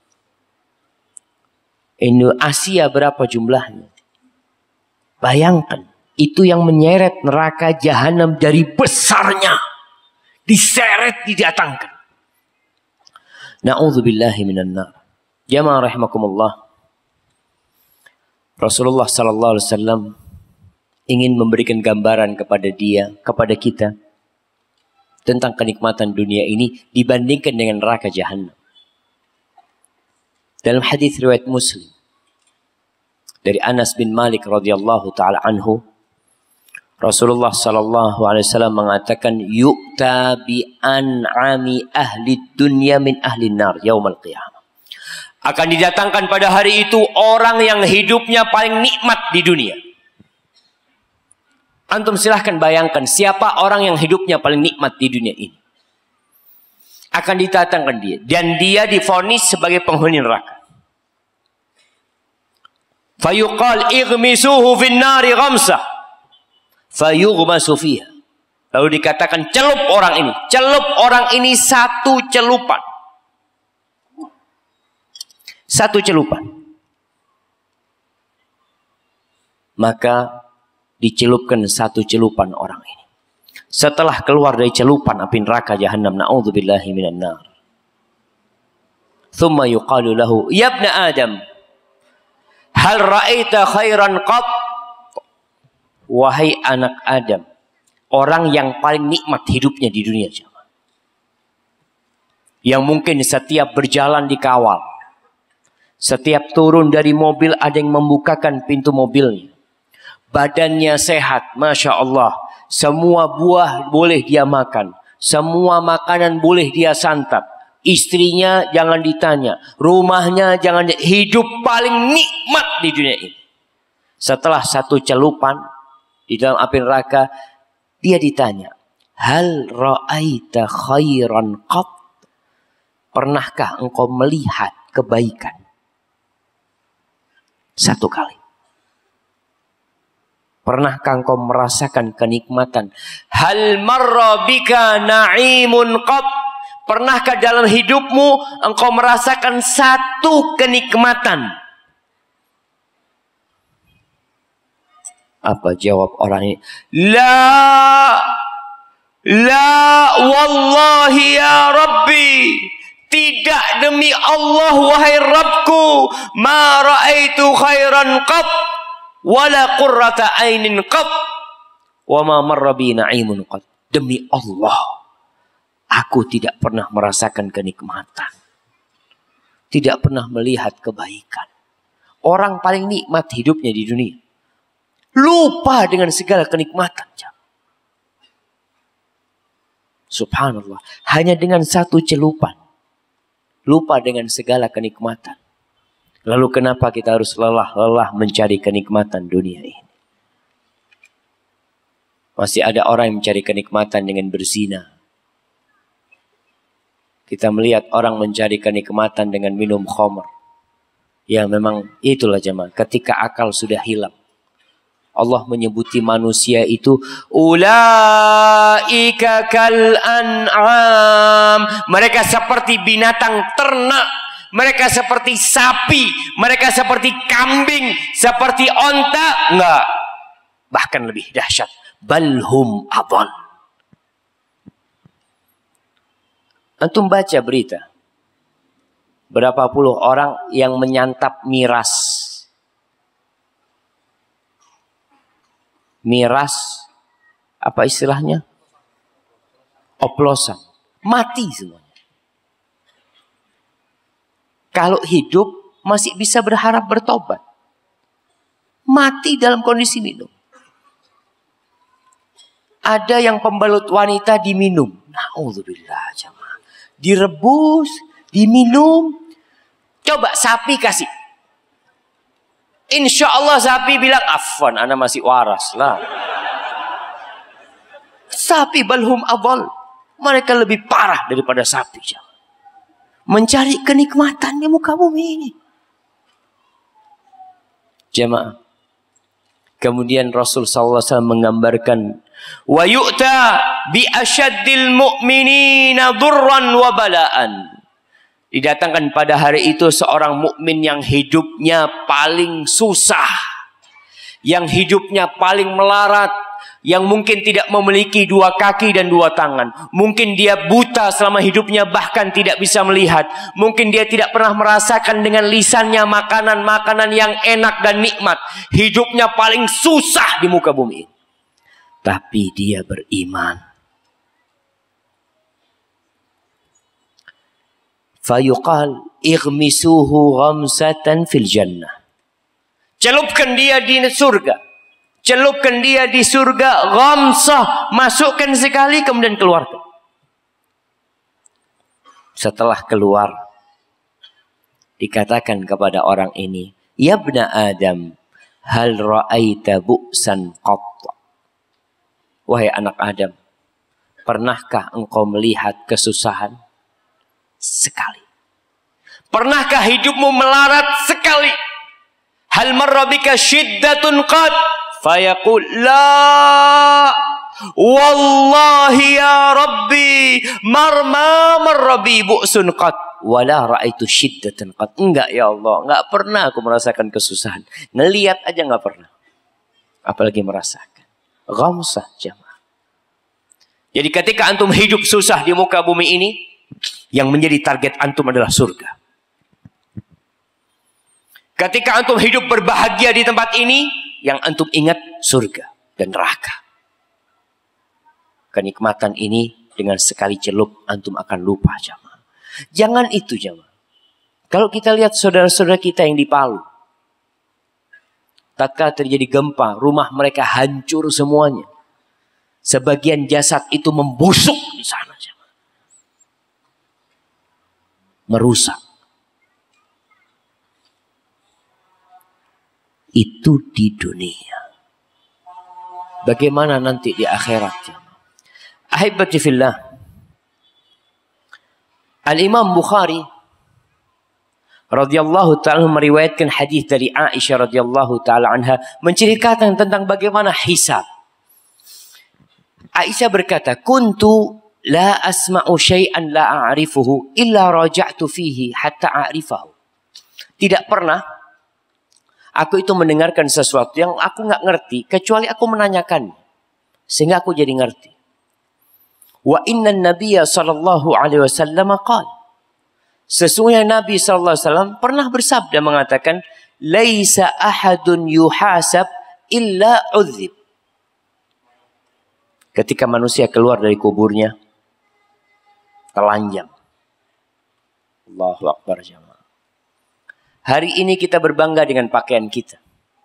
Asia berapa jumlahnya? Bayangkan. Itu yang menyeret neraka jahanam dari besarnya. Diseret, didatangkan. Na'udzubillahi minan nar. Jamaah rahimakumullah. Rasulullah sallallahu alaihi wasallam ingin memberikan gambaran kepada dia, kepada kita, tentang kenikmatan dunia ini dibandingkan dengan neraka jahanam. Dalam hadis riwayat Muslim dari Anas bin Malik radhiyallahu taala anhu, Rasulullah sallallahu alaihi wasallam mengatakan, yu'ta bi an'ami ahli dunya min ahli nar yaumal qiyamah. Akan didatangkan pada hari itu orang yang hidupnya paling nikmat di dunia. Antum silahkan bayangkan siapa orang yang hidupnya paling nikmat di dunia ini. Akan didatangkan dia. Dan dia divonis sebagai penghuni neraka. Fayuqal ighmisuhu fin nari ghamsah. Fayughmasu fiha. Lalu dikatakan celup orang ini. Celup orang ini satu celupan. Satu celupan. Maka dicelupkan satu celupan orang ini. Setelah keluar dari celupan api neraka jahanam, na'udzubillahi minan nar. Thumma yuqalu lahu, ya ibna Adam, hal ra'aita khairan qat? Wahai anak Adam, orang yang paling nikmat hidupnya di dunia, yang mungkin setiap berjalan dikawal, setiap turun dari mobil ada yang membukakan pintu mobilnya, badannya sehat, masya Allah, semua buah boleh dia makan, semua makanan boleh dia santap, istrinya jangan ditanya, rumahnya jangan, hidup paling nikmat di dunia ini. Setelah satu celupan di dalam api neraka, dia ditanya, hal ra'aita khairan qat? Pernahkah engkau melihat kebaikan? Satu kali. Pernahkah engkau merasakan kenikmatan? Hal marra bika na'imun qat? Pernahkah dalam hidupmu engkau merasakan satu kenikmatan? Apa jawab orang ini? La, la wallahi ya Rabbi, Tidak, demi Allah wahai Rabbku, ma ra'aitu khairan qat wala qurrata ainin qat wa ma marra bi na'imun qat. Demi Allah, aku tidak pernah merasakan kenikmatan, tidak pernah melihat kebaikan. Orang paling nikmat hidupnya di dunia, lupa dengan segala kenikmatan. Subhanallah, hanya dengan satu celupan lupa dengan segala kenikmatan. Lalu kenapa kita harus lelah-lelah mencari kenikmatan dunia ini? Masih ada orang yang mencari kenikmatan dengan berzina. Kita melihat orang mencari kenikmatan dengan minum khamr. Ya memang itulah jemaah, ketika akal sudah hilang. Allah menyebuti manusia itu ulaika kal an'am. Mereka seperti binatang ternak, mereka seperti sapi, mereka seperti kambing, seperti onta. Enggak, bahkan lebih dahsyat, balhum adall. Antum baca berita, berapa puluh orang yang menyantap miras. Miras, apa istilahnya? Oplosan. Mati semuanya. Kalau hidup masih bisa berharap bertobat. Mati dalam kondisi minum. Ada yang pembalut wanita diminum. Na'udzubillah jamaah. Direbus, diminum. Coba sapi kasih. Insya Allah sapi bilang, afwan, ana masih waras lah. Sapi balhum adall. Mereka lebih parah daripada sapi. Mencari kenikmatan di muka bumi ini. Jemaah. Kemudian Rasul sallallahu alaihi wasallam menggambarkan, wa yu'ta bi asyaddil mu'minina durran wa bala'an. Didatangkan pada hari itu seorang mukmin yang hidupnya paling susah, yang hidupnya paling melarat, yang mungkin tidak memiliki dua kaki dan dua tangan. Mungkin dia buta selama hidupnya, bahkan tidak bisa melihat. Mungkin dia tidak pernah merasakan dengan lisannya makanan-makanan yang enak dan nikmat. Hidupnya paling susah di muka bumi. Tapi dia beriman. Fayuqal ighmisuhu ghamsatan fil jannah. Celupkan dia di surga. Celupkan dia di surga. Ghamsah. Masukkan sekali kemudian keluarkan. Setelah keluar, dikatakan kepada orang ini, ya ibna Adam, hal ra'aita bu'san qatta. Wahai anak Adam, pernahkah engkau melihat kesusahan? Sekali. Pernahkah hidupmu melarat? Sekali. Hal marra bika syiddatun qad? Fayaqul la wallahi ya rabbi marma marra bi bu'sun qad wala ra'aitu syiddatan qad. Enggak ya Allah, enggak pernah aku merasakan kesusahan. Ngelihat aja enggak pernah. Apalagi merasakan. Ghamsah jamaah. Jadi ketika antum hidup susah di muka bumi ini, yang menjadi target antum adalah surga. Ketika antum hidup berbahagia di tempat ini, yang antum ingat surga dan neraka. Kenikmatan ini dengan sekali celup antum akan lupa jamaah. Jangan itu jamaah. Kalau kita lihat saudara-saudara kita yang di Palu, tatkala terjadi gempa, rumah mereka hancur semuanya. Sebagian jasad itu membusuk di sana jamaah. Merusak. Itu di dunia. Bagaimana nanti di akhirat? Ahibati fillah. Al-Imam Bukhari radhiyallahu ta'ala meriwayatkan hadis dari Aisyah radhiyallahu ta'ala anha menceritakan tentang bagaimana hisab. Aisyah berkata, "Kuntu la asma'u syai'an la a'rifuhu illa raja'tu fihi hatta a'rifahu." Tidak pernah aku itu mendengarkan sesuatu yang aku nggak ngerti kecuali aku menanyakan sehingga aku jadi ngerti. Wa inna nabiyya sallallahu alaihi wasallam qala, Sesungguhnya Nabi shallallahu alaihi wasallam pernah bersabda mengatakan, "Laisa ahadun yuhasab illa udzib." Ketika manusia keluar dari kuburnya, telanjang. Allahu Akbar jamaah. Hari ini kita berbangga dengan pakaian kita.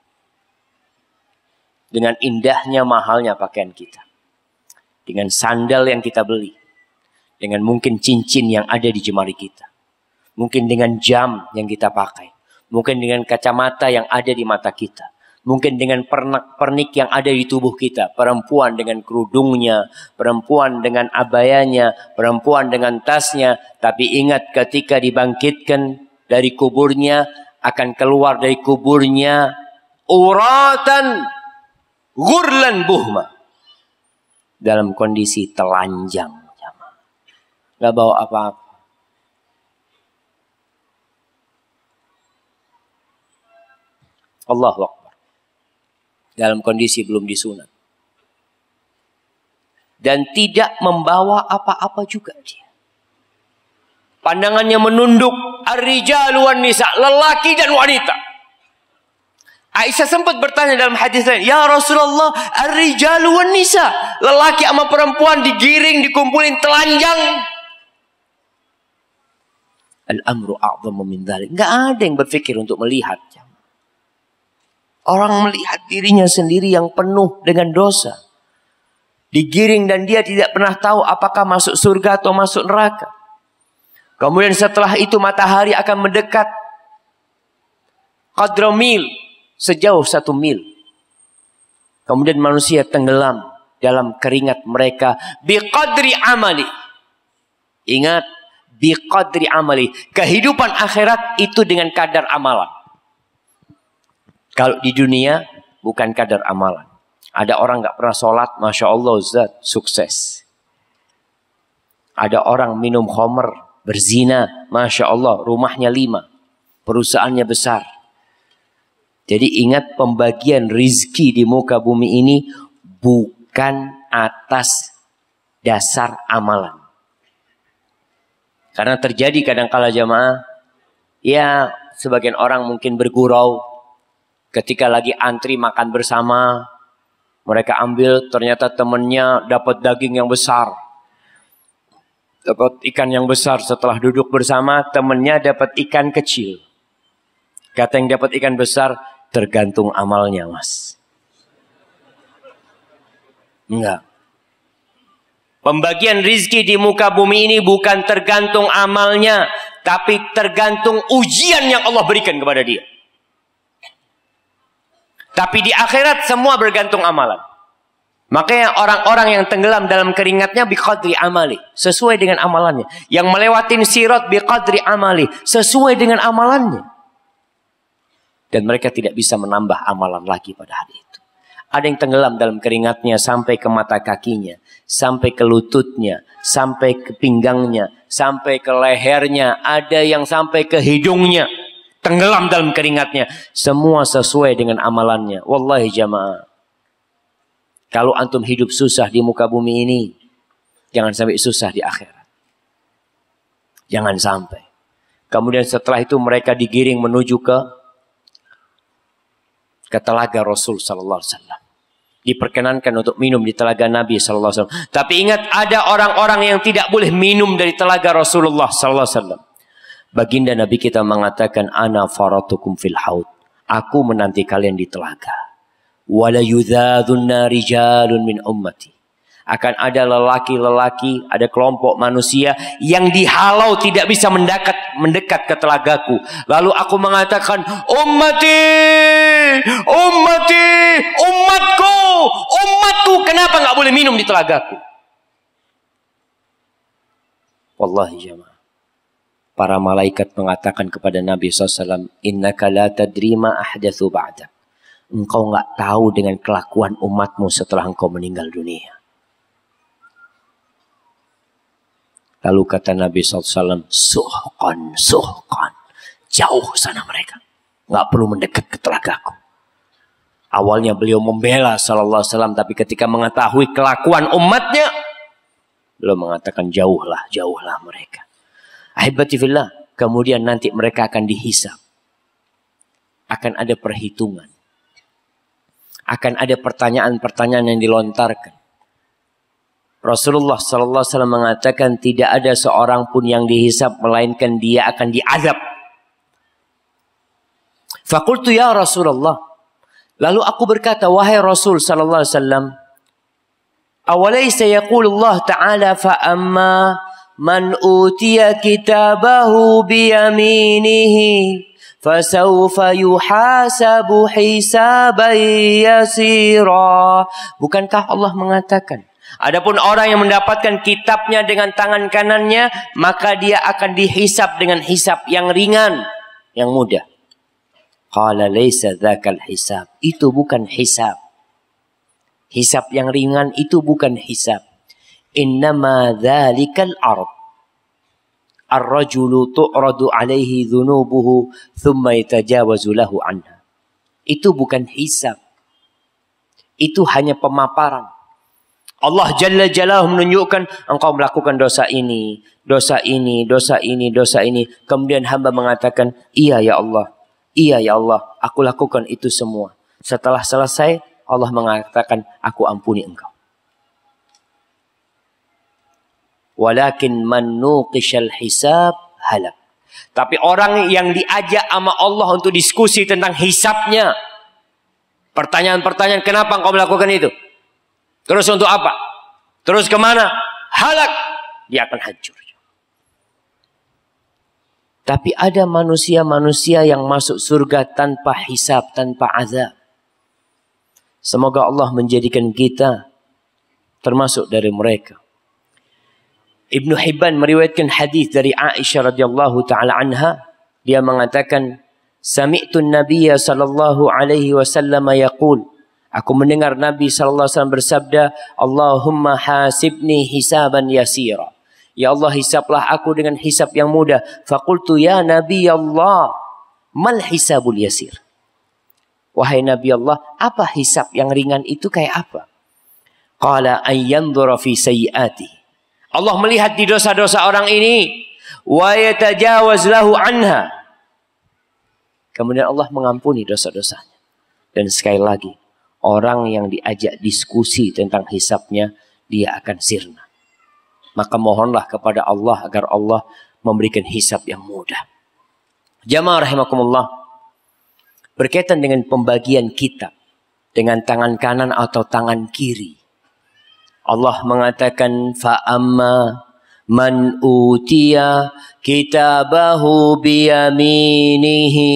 Dengan indahnya, mahalnya pakaian kita. Dengan sandal yang kita beli. Dengan mungkin cincin yang ada di jemari kita. Mungkin dengan jam yang kita pakai. Mungkin dengan kacamata yang ada di mata kita. Mungkin dengan pernak-pernik yang ada di tubuh kita. Perempuan dengan kerudungnya. Perempuan dengan abayanya. Perempuan dengan tasnya. Tapi ingat ketika dibangkitkan dari kuburnya. Akan keluar dari kuburnya. Uratan. Ghurlan buhma. Dalam kondisi telanjang. Gak bawa apa-apa. Allahu Akbar. Dalam kondisi belum disunat. Dan tidak membawa apa-apa juga dia. Pandangannya menunduk. Ar-rijalu wan nisa. Lelaki dan wanita. Aisyah sempat bertanya dalam hadis lain. Ya Rasulullah. Ar-rijalu wan nisa. Lelaki sama perempuan digiring, dikumpulin telanjang. Al-amru a'zamu min dzalik. Enggak ada yang berpikir untuk melihat. Orang melihat dirinya sendiri yang penuh dengan dosa. Digiring dan dia tidak pernah tahu apakah masuk surga atau masuk neraka. Kemudian setelah itu matahari akan mendekat. Qadra mil. Sejauh satu mil. Kemudian manusia tenggelam dalam keringat mereka. Biqadri amali. Ingat. Biqadri amali. Kehidupan akhirat itu dengan kadar amalan. Kalau di dunia bukan kadar amalan. Ada orang gak pernah sholat, Masya Allah Ustaz, sukses. Ada orang minum khamr, berzina, Masya Allah, rumahnya lima. Perusahaannya besar. Jadi ingat pembagian rizki di muka bumi ini bukan atas dasar amalan. Karena terjadi kadang-kala jamaah, ya sebagian orang mungkin bergurau. Ketika lagi antri makan bersama, mereka ambil ternyata temannya dapat daging yang besar. Dapat ikan yang besar. Setelah duduk bersama, temannya dapat ikan kecil. Kata yang dapat ikan besar, tergantung amalnya mas. Enggak. Pembagian rizki di muka bumi ini bukan tergantung amalnya. Tapi tergantung ujian yang Allah berikan kepada dia. Tapi di akhirat semua bergantung amalan. Makanya orang-orang yang tenggelam dalam keringatnya biqadri amali. Sesuai dengan amalannya. Yang melewatin sirat biqadri amali. Sesuai dengan amalannya. Dan mereka tidak bisa menambah amalan lagi pada hari itu. Ada yang tenggelam dalam keringatnya sampai ke mata kakinya. Sampai ke lututnya. Sampai ke pinggangnya. Sampai ke lehernya. Ada yang sampai ke hidungnya. Tenggelam dalam keringatnya. Semua sesuai dengan amalannya. Wallahi jamaah. Kalau antum hidup susah di muka bumi ini. Jangan sampai susah di akhirat. Jangan sampai. Kemudian setelah itu mereka digiring menuju ke. Ke telaga Rasul sallallahu alaihi wasallam. Diperkenankan untuk minum di telaga Nabi sallallahu alaihi wasallam. Tapi ingat ada orang-orang yang tidak boleh minum dari telaga Rasulullah sallallahu alaihi wasallam. Baginda Nabi kita mengatakan ana faratukum fil haud. Aku menanti kalian di telaga. Wala yudhadunna rijalun min ummati. Akan ada lelaki-lelaki, ada kelompok manusia yang dihalau tidak bisa mendekat mendekat ke telagaku. Lalu aku mengatakan, ummati, ummati, umatku, umatku, kenapa nggak boleh minum di telagaku? Wallahi jamaah. Para malaikat mengatakan kepada Nabi shallallahu alaihi wasallam, innaka la tadri ma ahdatsu ba'dak. Engkau nggak tahu dengan kelakuan umatmu setelah engkau meninggal dunia. Lalu kata Nabi shallallahu alaihi wasallam, suhqan, suhqan. Jauh sana mereka. Nggak perlu mendekat ke telagaku. Awalnya beliau membela sallallahu alaihi wasallam, tapi ketika mengetahui kelakuan umatnya, beliau mengatakan jauhlah, jauhlah mereka. Ahibati fillah, Kemudian nanti mereka akan dihisab. Akan ada perhitungan. Akan ada pertanyaan-pertanyaan yang dilontarkan. Rasulullah sallallahu alaihi wasallam mengatakan tidak ada seorang pun yang dihisab melainkan dia akan diazab. Faqultu ya Rasulullah. Lalu aku berkata, wahai Rasul sallallahu alaihi wasallam, awalaysa yaqulullah ta'ala fa amma man utiya kitabahu biyaminihi fasawfa yuhasabu hisaban yasira. Bukankah Allah mengatakan, adapun orang yang mendapatkan kitabnya dengan tangan kanannya, maka dia akan dihisab dengan hisab yang ringan, yang mudah. Qala laysa dzakal hisab. Itu bukan hisab. Hisab yang ringan itu bukan hisab. Innama dzalikal ard. Ar-rajulu tu'radu alaihi dhunubuhu thumma yatajawazu lahu anha. Itu bukan hisab. Itu hanya pemaparan. Allah Jalla Jalaluhu menunjukkan engkau melakukan dosa ini, dosa ini, dosa ini, dosa ini. Kemudian hamba mengatakan, iya ya Allah. Iya ya Allah, aku lakukan itu semua. Setelah selesai, Allah mengatakan, aku ampuni engkau. Walakin man nuqishal hisab halak. Tapi orang yang diajak sama Allah untuk diskusi tentang hisabnya. Pertanyaan-pertanyaan, kenapa engkau melakukan itu? Terus untuk apa? Terus kemana? Halak. Dia akan hancur. Tapi ada manusia-manusia yang masuk surga tanpa hisab, tanpa azab. Semoga Allah menjadikan kita termasuk dari mereka. Ibnu Hibban meriwayatkan hadis dari Aisyah radhiyallahu taala anha. Dia mengatakan, sami'tu an-nabiyya sallallahu alaihi wasallam yaqul. Aku mendengar Nabi sallallahu alaihi wasallam bersabda, Allahumma hasibni hisaban yasira. Ya Allah, hisablah aku dengan hisab yang mudah. Faqultu ya Nabi Allah, mal hisabul yasir. Wahai Nabi Allah, apa hisab yang ringan itu kayak apa? Qala an yanzura fi sayyiati. Allah melihat di dosa-dosa orang ini, wa yatajawaz lahu anha. Kemudian Allah mengampuni dosa-dosanya. Dan sekali lagi, orang yang diajak diskusi tentang hisabnya, dia akan sirna. Maka mohonlah kepada Allah agar Allah memberikan hisab yang mudah. Jamaah rahimakumullah. Berkaitan dengan pembagian kitab. Dengan tangan kanan atau tangan kiri. Allah mengatakan, fa'amma man utiya kitabahu biyaminihi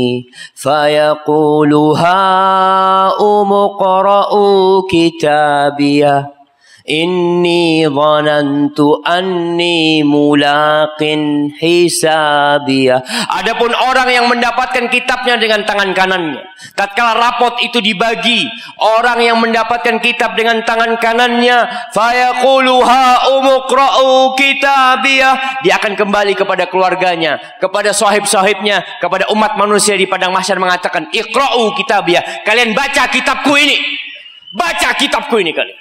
fayaqulu ha'umuqra'u kitabiyah. Inni dhanantu anni mulaqin hisabiyah. Adapun orang yang mendapatkan kitabnya dengan tangan kanannya, tatkala rapot itu dibagi, orang yang mendapatkan kitab dengan tangan kanannya, fayaqulu ha umqra'u kitabiyah, dia akan kembali kepada keluarganya, kepada sahib-sahibnya, kepada umat manusia di padang mahsyar mengatakan, iqra'u kitabiyah, kalian baca kitabku ini. Baca kitabku ini kalian.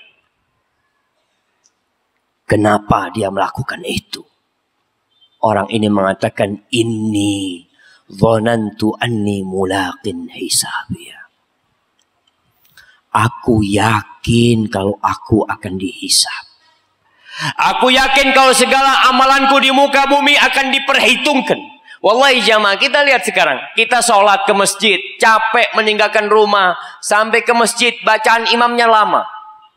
Kenapa dia melakukan itu? Orang ini mengatakan, inni dhanantu anni mulaqin hisabiyah. Aku yakin kalau aku akan dihisab. Aku yakin kalau segala amalanku di muka bumi akan diperhitungkan. Wallahi jamaah, kita lihat sekarang. Kita sholat ke masjid, capek meninggalkan rumah. Sampai ke masjid, bacaan imamnya lama.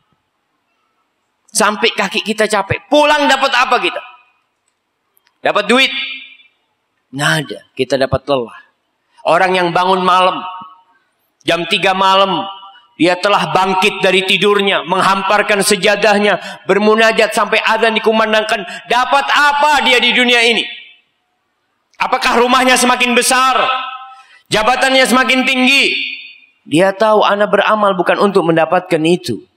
Sampai kaki kita capek. Pulang dapat apa kita? Dapat duit? Nggak ada. Kita dapat lelah. Orang yang bangun malam. Jam tiga malam. Dia telah bangkit dari tidurnya. Menghamparkan sejadahnya. Bermunajat sampai azan dikumandangkan. Dapat apa dia di dunia ini? Apakah rumahnya semakin besar? Jabatannya semakin tinggi? Dia tahu anak beramal bukan untuk mendapatkan itu.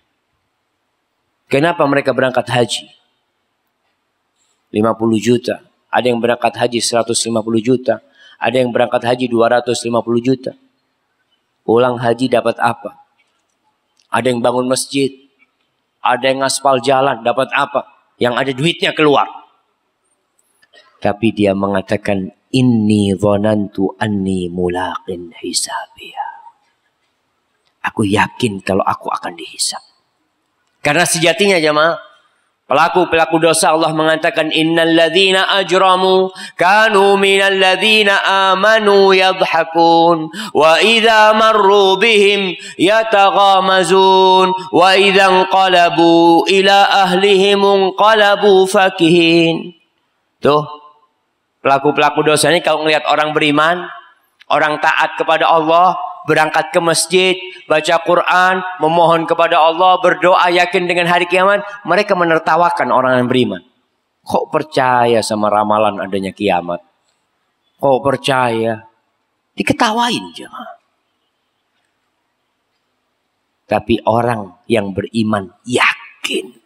Kenapa mereka berangkat haji? lima puluh juta. Ada yang berangkat haji seratus lima puluh juta. Ada yang berangkat haji dua ratus lima puluh juta. Pulang haji dapat apa? Ada yang bangun masjid. Ada yang ngaspal jalan. Dapat apa? Yang ada duitnya keluar. Tapi dia mengatakan, inni dhanantu anni mulaqin hisabiyah. Aku yakin kalau aku akan dihisab. Karena sejatinya jemaah, pelaku-pelaku dosa Allah mengatakan, innal ladzina ajramu kanu minal ladzina amanu yadhhakun wa idza marru bihim yataghamazun wa idza inqalabu ila ahlihim inqalabu fakihin. Tuh, pelaku-pelaku dosa ini kalau melihat orang beriman, orang taat kepada Allah, berangkat ke masjid, baca Quran, memohon kepada Allah, berdoa, yakin dengan hari kiamat, mereka menertawakan orang yang beriman. Kok percaya sama ramalan adanya kiamat? Kok percaya? Diketawain jemaah. Tapi orang yang beriman yakin.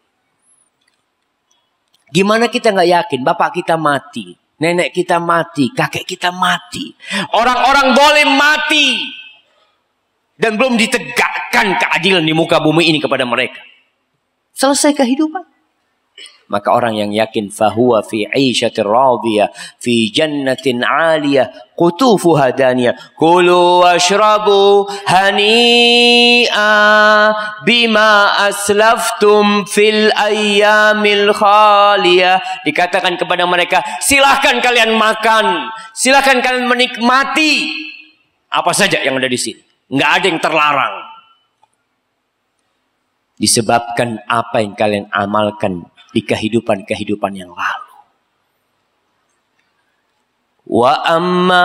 Gimana kita nggak yakin? Bapak kita mati, nenek kita mati, kakek kita mati. Orang-orang boleh mati. Dan belum ditegakkan keadilan di muka bumi ini kepada mereka. Selesai kehidupan. Maka orang yang yakin, fahuwa fi 'aisyatir radiyah, fi jannatin 'aliyah, qutufuha daniyah, kulu washrabu hani'a bima aslaftum fil ayyamil khaliyah. Dikatakan kepada mereka, silahkan kalian makan, silahkan kalian menikmati apa saja yang ada di sini. Nggak ada yang terlarang. Disebabkan apa yang kalian amalkan di kehidupan-kehidupan yang lalu. Wa amma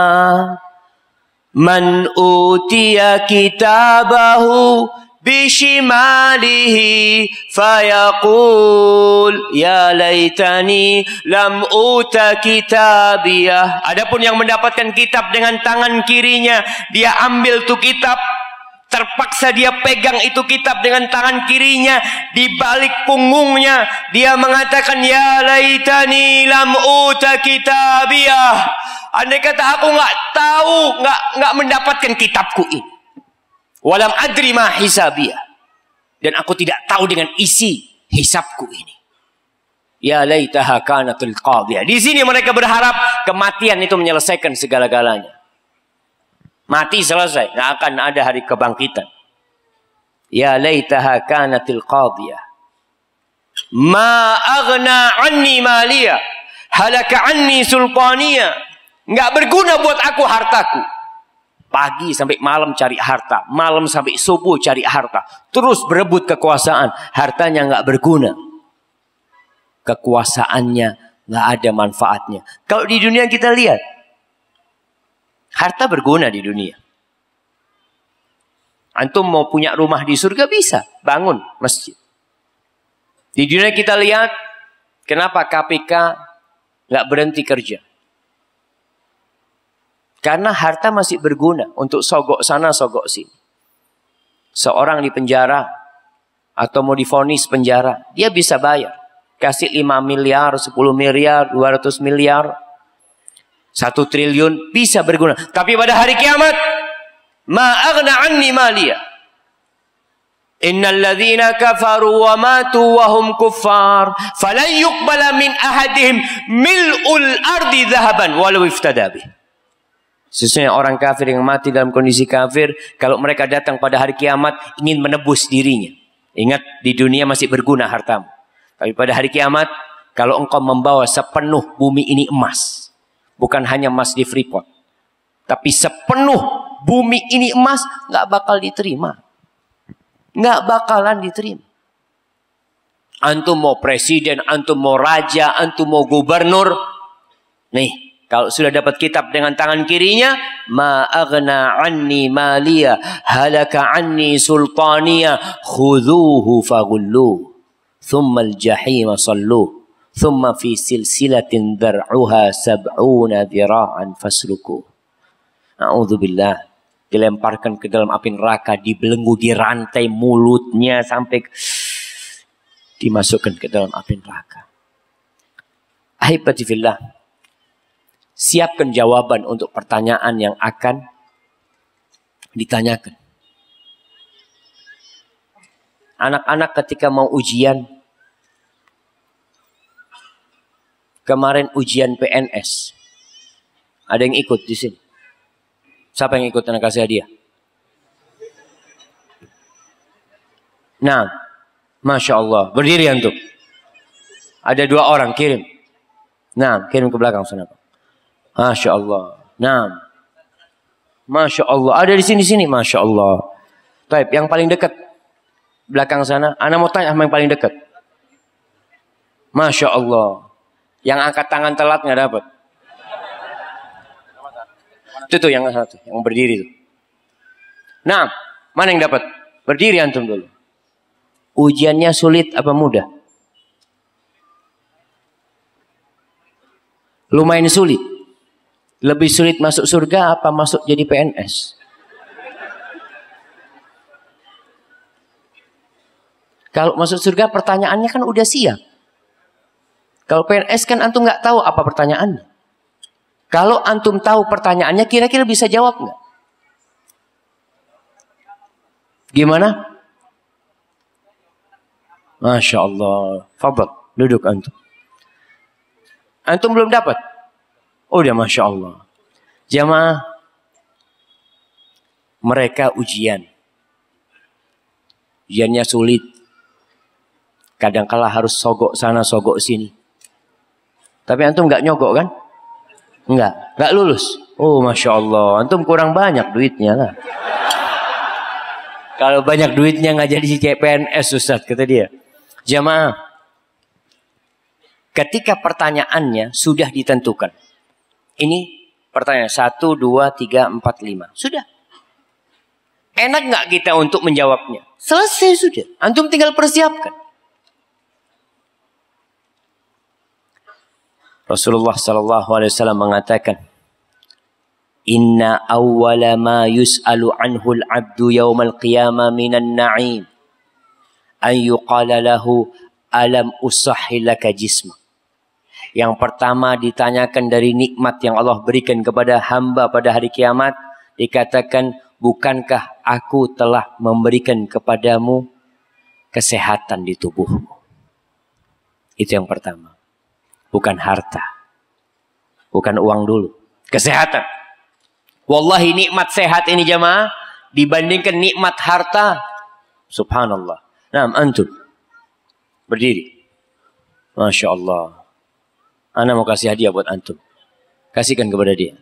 man utiya kitabahu bishimalihi fayaqul ya laitani lam uta kitabiyah. Adapun yang mendapatkan kitab dengan tangan kirinya, dia ambil tuh kitab, terpaksa dia pegang itu kitab dengan tangan kirinya, di balik punggungnya dia mengatakan ya laitani lam uta kitabiyah. Andai kata aku nggak tahu, nggak nggak mendapatkan kitabku ini. Walam adri ma hisabiyah. Dan aku tidak tahu dengan isi hisabku ini. Ya laitaha kanatul qadiyah. Di sini mereka berharap kematian itu menyelesaikan segala-galanya. Mati selesai, nggak akan ada hari kebangkitan. Ya laitaha kanatul qadiyah. Ma aghna anni maliyah, halaka anni sultaniyah. Nggak berguna buat aku hartaku. Pagi sampai malam cari harta, malam sampai subuh cari harta, terus berebut kekuasaan, hartanya nggak berguna, kekuasaannya nggak ada manfaatnya. Kalau di dunia kita lihat, harta berguna di dunia. Antum mau punya rumah di surga bisa, bangun masjid. Di dunia kita lihat, kenapa K P K nggak berhenti kerja? Karena harta masih berguna untuk sogok sana, sogok sini. Seorang di penjara atau mau divonis penjara, dia bisa bayar. Kasih lima miliar, sepuluh miliar, dua ratus miliar, satu triliun, bisa berguna. Tapi pada hari kiamat, ma aghna anni maliyah. Innal ladzina kafaru wa matu wa hum kuffar, falan yuqbala min ahadihim mil'ul ardi dhahaban walau iftada bih. Sesungguhnya orang kafir yang mati dalam kondisi kafir, kalau mereka datang pada hari kiamat ingin menebus dirinya. Ingat, di dunia masih berguna hartamu. Tapi pada hari kiamat, kalau engkau membawa sepenuh bumi ini emas, bukan hanya emas di Freeport, tapi sepenuh bumi ini emas, nggak bakal diterima. Nggak bakalan diterima. Antum mau presiden, antum mau raja, antum mau gubernur. Nih, kalau sudah dapat kitab dengan tangan kirinya, ma aghna anni maliyah, halaka anni sultaniyah, khudhuhu faghulluh, thumma al-jahima salluh, thumma fi silsilatin dhar'uha sab'una dhira'an faslukuh. A'udzubillah. Dilemparkan ke dalam api neraka, dibelenggu, dirantai mulutnya sampai dimasukkan ke dalam api neraka. Ahibati fillah, siapkan jawaban untuk pertanyaan yang akan ditanyakan. Anak-anak ketika mau ujian, kemarin ujian P N S. Ada yang ikut di sini? Siapa yang ikut anak kasih hadiah? Nah, Masya Allah. Berdiri antum. Ada dua orang kirim. Nah, kirim ke belakang sana. Masya Allah. Nah, Masya Allah. Ada di sini-sini. Masya Allah. Baik, yang paling dekat. Belakang sana. Ana mau tanya sama yang paling dekat. Masya Allah. Yang angkat tangan telat nggak dapat. Itu tuh yang satu, yang berdiri tuh. Nah, mana yang dapat? Berdiri antum dulu. Ujiannya sulit apa mudah? Lumayan sulit. Lebih sulit masuk surga apa masuk jadi P N S? Kalau masuk surga pertanyaannya kan udah siap. Kalau P N S kan antum nggak tahu apa pertanyaannya. Kalau antum tahu pertanyaannya, kira-kira bisa jawab nggak? Gimana? Masya Allah. Fadal, duduk antum. Antum belum dapat? Oh, udah Masya Allah. Jamaah, mereka ujian. Ujiannya sulit. Kadangkala harus sogok sana, sogok sini. Tapi antum nggak nyogok kan? Enggak, enggak lulus. Oh, Masya Allah. Antum kurang banyak duitnya lah. Kalau banyak duitnya nggak jadi kayak P N S, Ustaz, kata dia. Jamaah, ketika pertanyaannya sudah ditentukan. Ini pertanyaan satu, dua, tiga, empat, lima. Sudah. Enak nggak kita untuk menjawabnya? Selesai sudah. Antum tinggal persiapkan. Rasulullah sallallahu alaihi wasallam mengatakan, Inna awwala ma yus'alu anhu al-'abdu yawmal qiyamah minan na'im an yuqala lahu alam usahhi laka jisma. Yang pertama ditanyakan dari nikmat yang Allah berikan kepada hamba pada hari kiamat, dikatakan, bukankah aku telah memberikan kepadamu kesehatan di tubuhmu? Itu yang pertama. Bukan harta. Bukan uang dulu. Kesehatan. Wallahi nikmat sehat ini jamaah dibandingkan nikmat harta. Subhanallah. Nah, antum. Berdiri. Masya Allah. Ana mau kasih hadiah buat antum. Kasihkan kepada dia.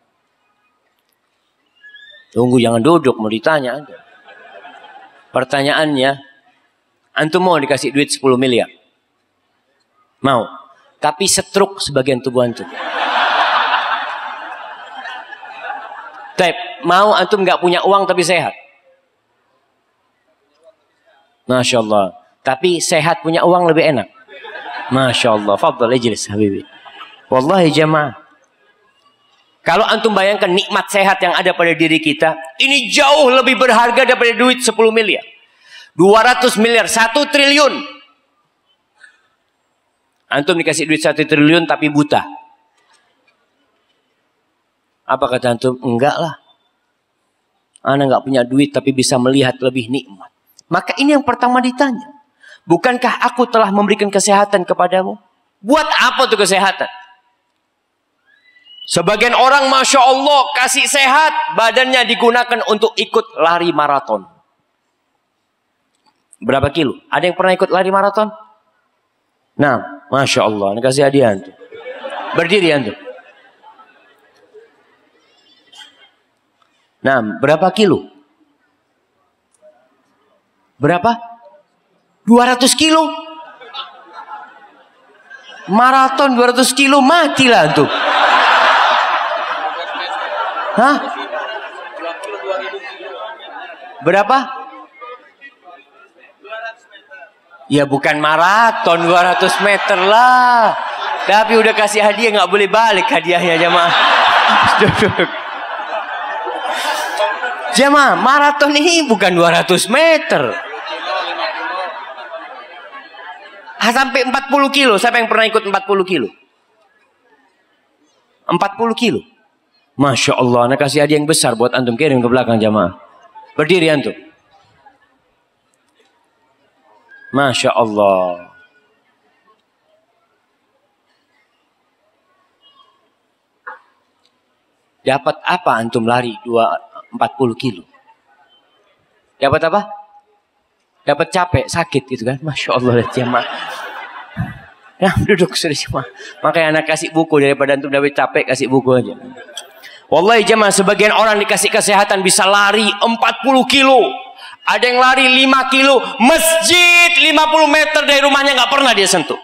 Tunggu, jangan duduk. Mau ditanya aja. Pertanyaannya. Antum mau dikasih duit sepuluh miliar? Mau? Tapi stroke sebagian tubuh antum. Taip, mau antum nggak punya uang tapi sehat? Masya Allah. Tapi sehat punya uang lebih enak. Masya Allah. Fadal ijlis habibi. Wallahi jamaah. Kalau antum bayangkan nikmat sehat yang ada pada diri kita, ini jauh lebih berharga daripada duit sepuluh miliar. dua ratus miliar, satu triliun. Antum dikasih duit satu triliun tapi buta. Apa kata antum? Enggak lah. Ana enggak punya duit tapi bisa melihat lebih nikmat. Maka ini yang pertama ditanya. Bukankah aku telah memberikan kesehatan kepadamu? Buat apa tuh kesehatan? Sebagian orang Masya Allah kasih sehat, badannya digunakan untuk ikut lari maraton. Berapa kilo? Ada yang pernah ikut lari maraton? Nah, Masya Allah, ini kasih hadiah antum. Berdiri antum. Nah, berapa kilo? Berapa? dua ratus kilo. Maraton dua ratus kilo, matilah antum. Hah? Berapa? Ya bukan maraton dua ratus meter lah. Tapi udah kasih hadiah nggak boleh balik hadiahnya jamaah. Jamaah, maraton ini bukan dua ratus meter. Ah, sampai empat puluh kilo. Siapa yang pernah ikut empat puluh kilo? empat puluh kilo. Masya Allah, nak kasih hadiah yang besar buat antum, kirim ke belakang jamaah. Berdiri antum. Masya Allah. Dapat apa antum lari dua empat puluh kilo? Dapat apa? Dapat capek, sakit gitu kan? Masya Allah jamaah. Nah, duduk sudah semua. Makanya anak kasih buku daripada antum dapat capek, kasih buku aja. Wallahi jamaah, sebagian orang dikasih kesehatan bisa lari empat puluh kilo. Ada yang lari lima kilo. Masjid lima puluh meter dari rumahnya nggak pernah dia sentuh.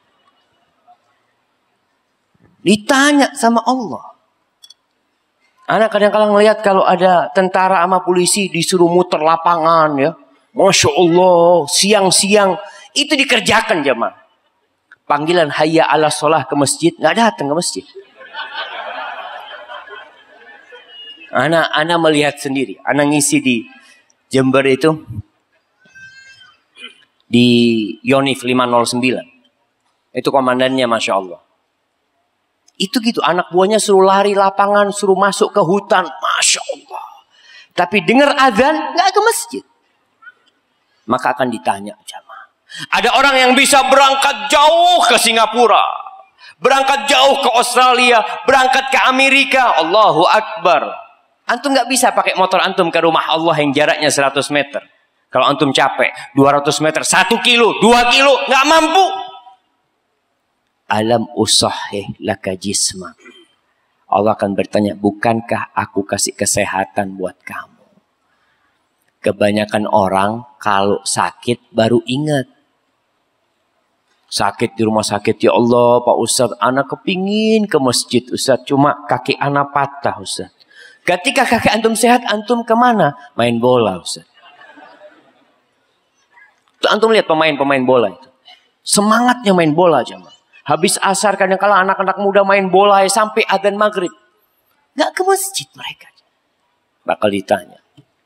Ditanya sama Allah. Anak kadang-kadang ngelihat kalau ada tentara sama polisi disuruh muter lapangan ya. Masya Allah, siang-siang itu dikerjakan jamaah. Panggilan hayya ala sholah ke masjid, nggak datang ke masjid. Anak, anak melihat sendiri. Anak ngisi di Jember itu di Yonif lima nol sembilan. Itu komandannya Masya Allah. Itu gitu, anak buahnya suruh lari lapangan, suruh masuk ke hutan. Masya Allah. Tapi dengar azan, nggak ke masjid. Maka akan ditanya jamaah. Ada orang yang bisa berangkat jauh ke Singapura. Berangkat jauh ke Australia. Berangkat ke Amerika. Allahu Akbar. Antum nggak bisa pakai motor antum ke rumah Allah yang jaraknya seratus meter. Kalau antum capek, dua ratus meter, satu kilo, dua kilo, nggak mampu. Alam usahih laka jisma. Allah akan bertanya, bukankah aku kasih kesehatan buat kamu? Kebanyakan orang kalau sakit baru ingat. Sakit di rumah sakit, ya Allah Pak Ustadz, anak kepingin ke masjid Ustadz, cuma kaki anak patah Ustadz. Ketika kaki antum sehat, antum kemana? Main bola Ustadz. Tuh, antum lihat pemain-pemain bola itu. Semangatnya main bola aja. Habis asar kadang-kala anak-anak muda main bola ya, sampai adzan maghrib. Gak ke masjid mereka. Bakal ditanya.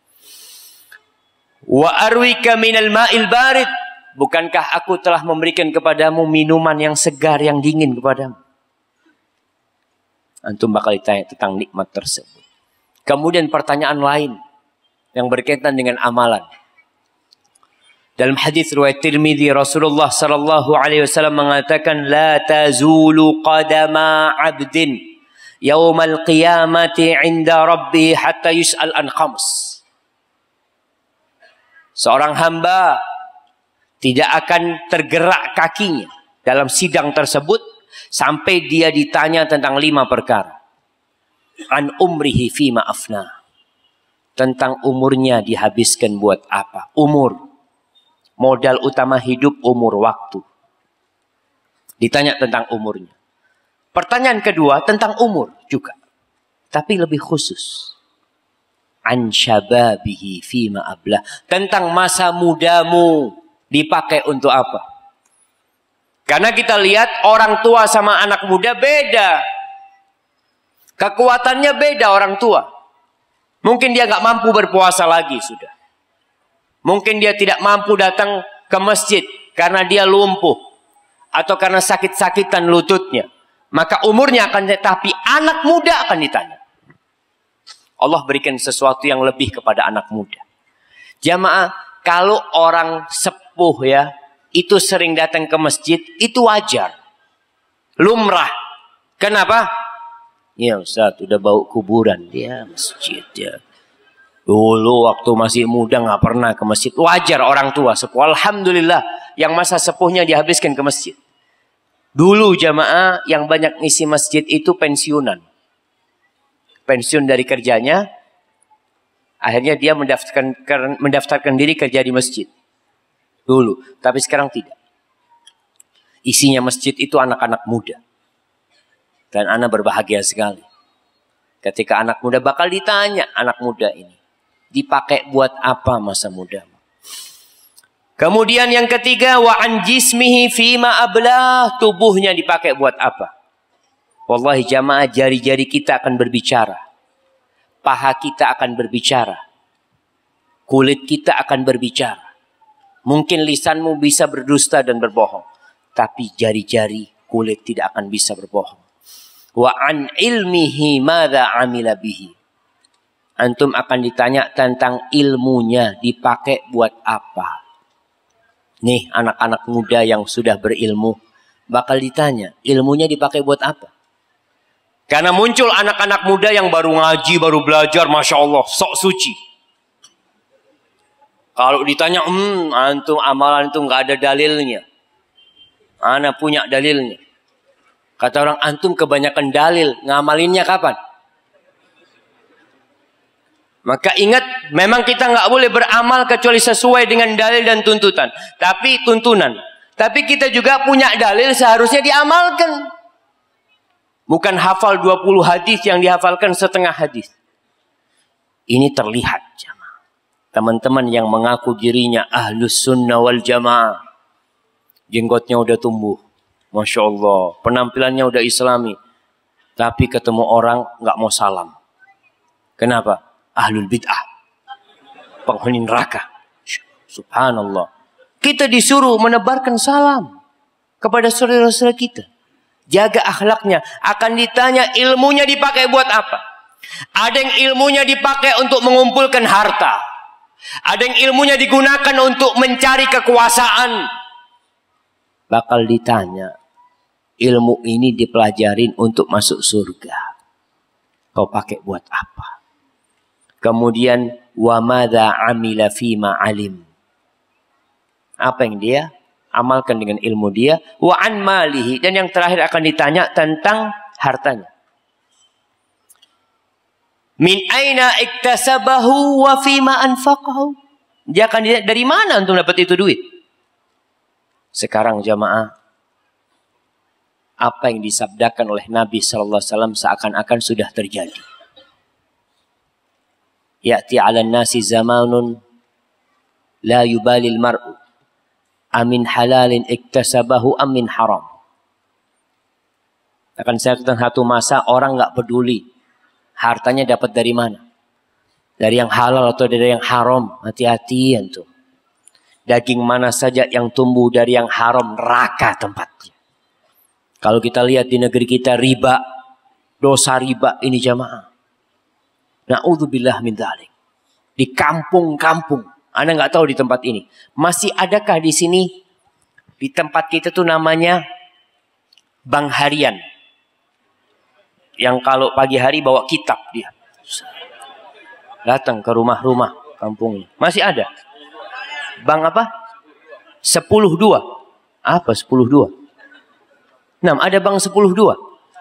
Wa arwika minal ma'il barid. Bukankah aku telah memberikan kepadamu minuman yang segar, yang dingin kepadamu? Antum bakal ditanya tentang nikmat tersebut. Kemudian pertanyaan lain yang berkaitan dengan amalan. Dalam hadis riwayat Tirmidzi, Rasulullah sallallahu alaihi wasallam mengatakan, la tazulu qadama 'abdin yaumal qiyamati 'inda rabbi hatta yus'al an khams. Seorang hamba tidak akan tergerak kakinya dalam sidang tersebut sampai dia ditanya tentang lima perkara. An umrihi fima afna. Tentang umurnya dihabiskan buat apa? Umur. Modal utama hidup umur, waktu. Ditanya tentang umurnya. Pertanyaan kedua tentang umur juga. Tapi lebih khusus. An syababihi fima ablah. Tentang masa mudamu dipakai untuk apa? Karena kita lihat orang tua sama anak muda beda. Kekuatannya beda orang tua. Mungkin dia nggak mampu berpuasa lagi sudah. Mungkin dia tidak mampu datang ke masjid karena dia lumpuh. Atau karena sakit-sakitan lututnya. Maka umurnya akan, tapi anak muda akan ditanya. Allah berikan sesuatu yang lebih kepada anak muda. Jamaah, kalau orang sepuh ya, itu sering datang ke masjid, itu wajar. Lumrah. Kenapa? Ya Ustaz, udah bau kuburan. Dia masjid ya. Dulu waktu masih muda nggak pernah ke masjid. Wajar orang tua sepuh. Alhamdulillah yang masa sepuhnya dihabiskan ke masjid. Dulu jamaah yang banyak ngisi masjid itu pensiunan. Pensiun dari kerjanya, akhirnya dia mendaftarkan mendaftarkan diri kerja di masjid. Dulu, tapi sekarang tidak. Isinya masjid itu anak-anak muda. Dan anak berbahagia sekali. Ketika anak muda bakal ditanya, anak muda ini dipakai buat apa masa muda? Kemudian yang ketiga, wa an jismihi fima ablah, tubuhnya dipakai buat apa? Wallahi jamaah, jari-jari kita akan berbicara. Paha kita akan berbicara. Kulit kita akan berbicara. Mungkin lisanmu bisa berdusta dan berbohong. Tapi jari-jari kulit tidak akan bisa berbohong. Wa an ilmihi madza amila bihi. Antum akan ditanya tentang ilmunya dipakai buat apa. Nih anak-anak muda yang sudah berilmu bakal ditanya ilmunya dipakai buat apa. Karena muncul anak-anak muda yang baru ngaji, baru belajar, Masya Allah, sok suci. Kalau ditanya, hmm, antum amalan itu nggak ada dalilnya. Ana punya dalilnya. Kata orang, antum kebanyakan dalil, ngamalinnya kapan? Maka ingat, memang kita nggak boleh beramal kecuali sesuai dengan dalil dan tuntutan. Tapi tuntunan. Tapi kita juga punya dalil seharusnya diamalkan. Bukan hafal dua puluh hadis yang dihafalkan setengah hadis. Ini terlihat. Teman-teman yang mengaku dirinya ahlus sunnah wal jamaah. Jenggotnya udah tumbuh. Masya Allah. Penampilannya udah islami. Tapi ketemu orang nggak mau salam. Kenapa? Ahlul bid'ah, penghuni neraka. Subhanallah. Kita disuruh menebarkan salam kepada saudara-saudara kita. Jaga akhlaknya. Akan ditanya ilmunya dipakai buat apa? Ada yang ilmunya dipakai untuk mengumpulkan harta. Ada yang ilmunya digunakan untuk mencari kekuasaan. Bakal ditanya, ilmu ini dipelajarin untuk masuk surga. Kau pakai buat apa? Kemudian wa madza amila fima alim. Apa yang dia amalkan dengan ilmu dia, wa an malihi, dan yang terakhir akan ditanya tentang hartanya. Min aina iktasabahu wa fima anfaqahu. Dia akan ditanya dari mana untuk dapat itu duit. Sekarang jamaah, apa yang disabdakan oleh Nabi sallallahu alaihi wasallam seakan-akan sudah terjadi. Ya'ti 'alan nasi zamanun la yubalil mar'u amin halalin iktasabahu amin haram. Akan saya katakan satu masa orang nggak peduli hartanya dapat dari mana, dari yang halal atau dari yang haram. Hati-hati antum. Daging mana saja yang tumbuh dari yang haram, neraka tempatnya. Kalau kita lihat di negeri kita riba, dosa riba ini jamaah. Na'udzubillah min dzalik. Di kampung-kampung, Anda nggak tahu di tempat ini. Masih adakah di sini, di tempat kita tuh namanya bank harian. Yang kalau pagi hari bawa kitab dia. Datang ke rumah-rumah kampungnya. Masih ada? Bank apa? Sepuluh dua. Apa sepuluh dua? Nah, ada bank sepuluh dua.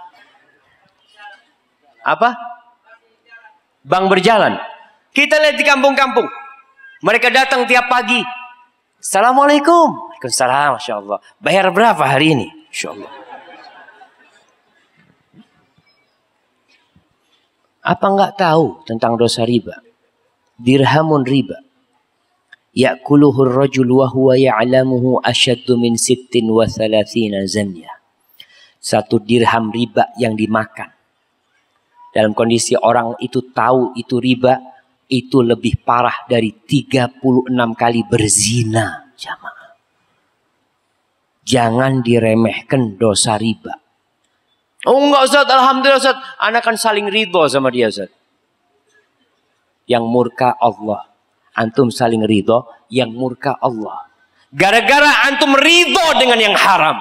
Apa? Bank berjalan. Kita lihat di kampung-kampung. Mereka datang tiap pagi. Assalamualaikum. Waalaikumsalam. Masya Allah. Bayar berapa hari ini? Masya Allah. Apa enggak tahu tentang dosa riba? Dirhamun riba. Ya'kuluhur rajul wa huwa ya'lamuhu asyaddu min sittin wa thalathina zanya. Satu dirham riba yang dimakan. Dalam kondisi orang itu tahu itu riba, itu lebih parah dari tiga puluh enam kali berzina. Jamaah. Jangan diremehkan dosa riba. Oh enggak Ustaz, alhamdulillah Ustaz. Anak kan saling ridho sama dia Ustaz. Yang murka Allah. Antum saling ridho, yang murka Allah. Gara-gara antum ridho dengan yang haram.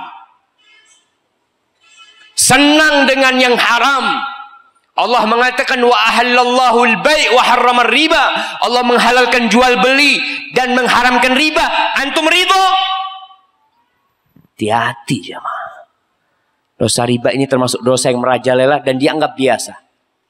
Senang dengan yang haram. Allah mengatakan wa ahallallahu al-bai' wa harrama riba. Allah menghalalkan jual beli dan mengharamkan riba. Antum ridho? Hati-hati jemaah. Dosa riba ini termasuk dosa yang merajalela dan dianggap biasa.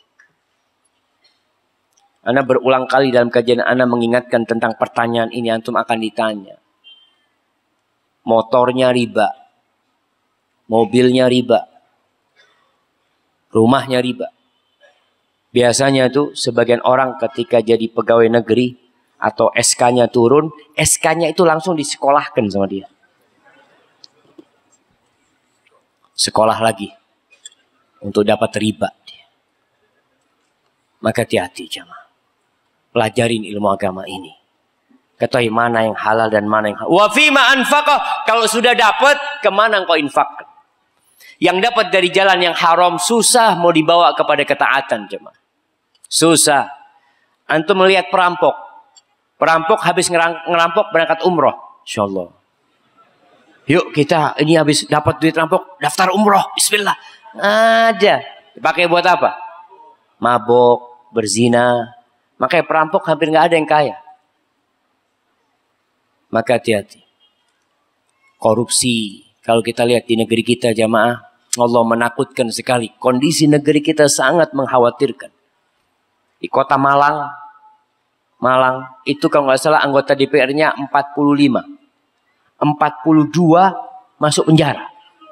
Ana berulang kali dalam kajian Ana mengingatkan tentang pertanyaan ini, antum akan ditanya. Motornya riba. Mobilnya riba. Rumahnya riba. Biasanya tuh sebagian orang ketika jadi pegawai negeri atau S K-nya turun, S K-nya itu langsung disekolahkan sama dia. Sekolah lagi untuk dapat riba. Maka hati-hati jamaah. Pelajarin ilmu agama ini. Ketahui mana yang halal dan mana yang halal. Wa fima anfaqah. Kalau sudah dapat, kemana engkau infakkan? Yang dapat dari jalan yang haram susah mau dibawa kepada ketaatan jemaah. Susah. Antum melihat perampok. Perampok habis ngerampok berangkat umroh. Insyaallah. Yuk kita ini habis dapat duit rampok, daftar umroh. Bismillah. Ada. Dipakai buat apa? Mabok, berzina. Makanya perampok hampir nggak ada yang kaya. Maka hati-hati. Korupsi. Kalau kita lihat di negeri kita jamaah, Allah menakutkan sekali. Kondisi negeri kita sangat mengkhawatirkan. Di kota Malang, Malang itu kalau nggak salah anggota D P R-nya empat puluh lima. empat puluh dua masuk penjara.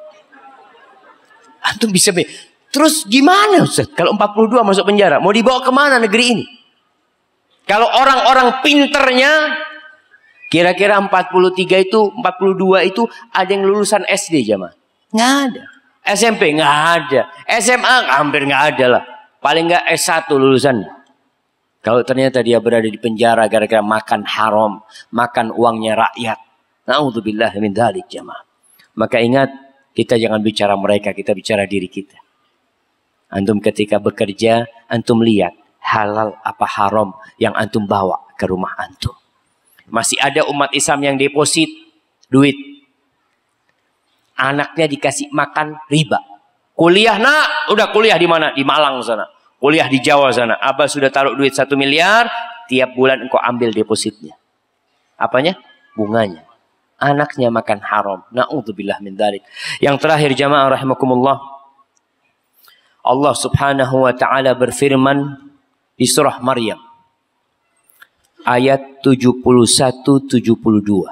Antum bisa be. Terus gimana Ustaz? Kalau empat puluh dua masuk penjara, mau dibawa kemana negeri ini? Kalau orang-orang pinternya, kira-kira empat puluh tiga itu, empat puluh dua itu ada yang lulusan S D jamaah? Nggak ada. S M P nggak ada. S M A hampir nggak ada lah. Paling nggak S satu lulusannya. Kalau ternyata dia berada di penjara gara-gara makan haram, makan uangnya rakyat. Na'udzubillah min dzalik jamaah. Maka ingat, kita jangan bicara mereka, kita bicara diri kita. Antum ketika bekerja, antum lihat halal apa haram yang antum bawa ke rumah antum. Masih ada umat Islam yang deposit duit. Anaknya dikasih makan riba. Kuliah nak, udah kuliah di mana? Di Malang sana. Kuliah di Jawa sana. Abah sudah taruh duit satu miliar, tiap bulan engkau ambil depositnya. Apanya? Bunganya. Anaknya makan haram. Na'udzubillah min dzalik. Yang terakhir jamaah rahimakumullah. Allah subhanahu wa ta'ala berfirman di surah Maryam. Ayat tujuh puluh satu tujuh puluh dua.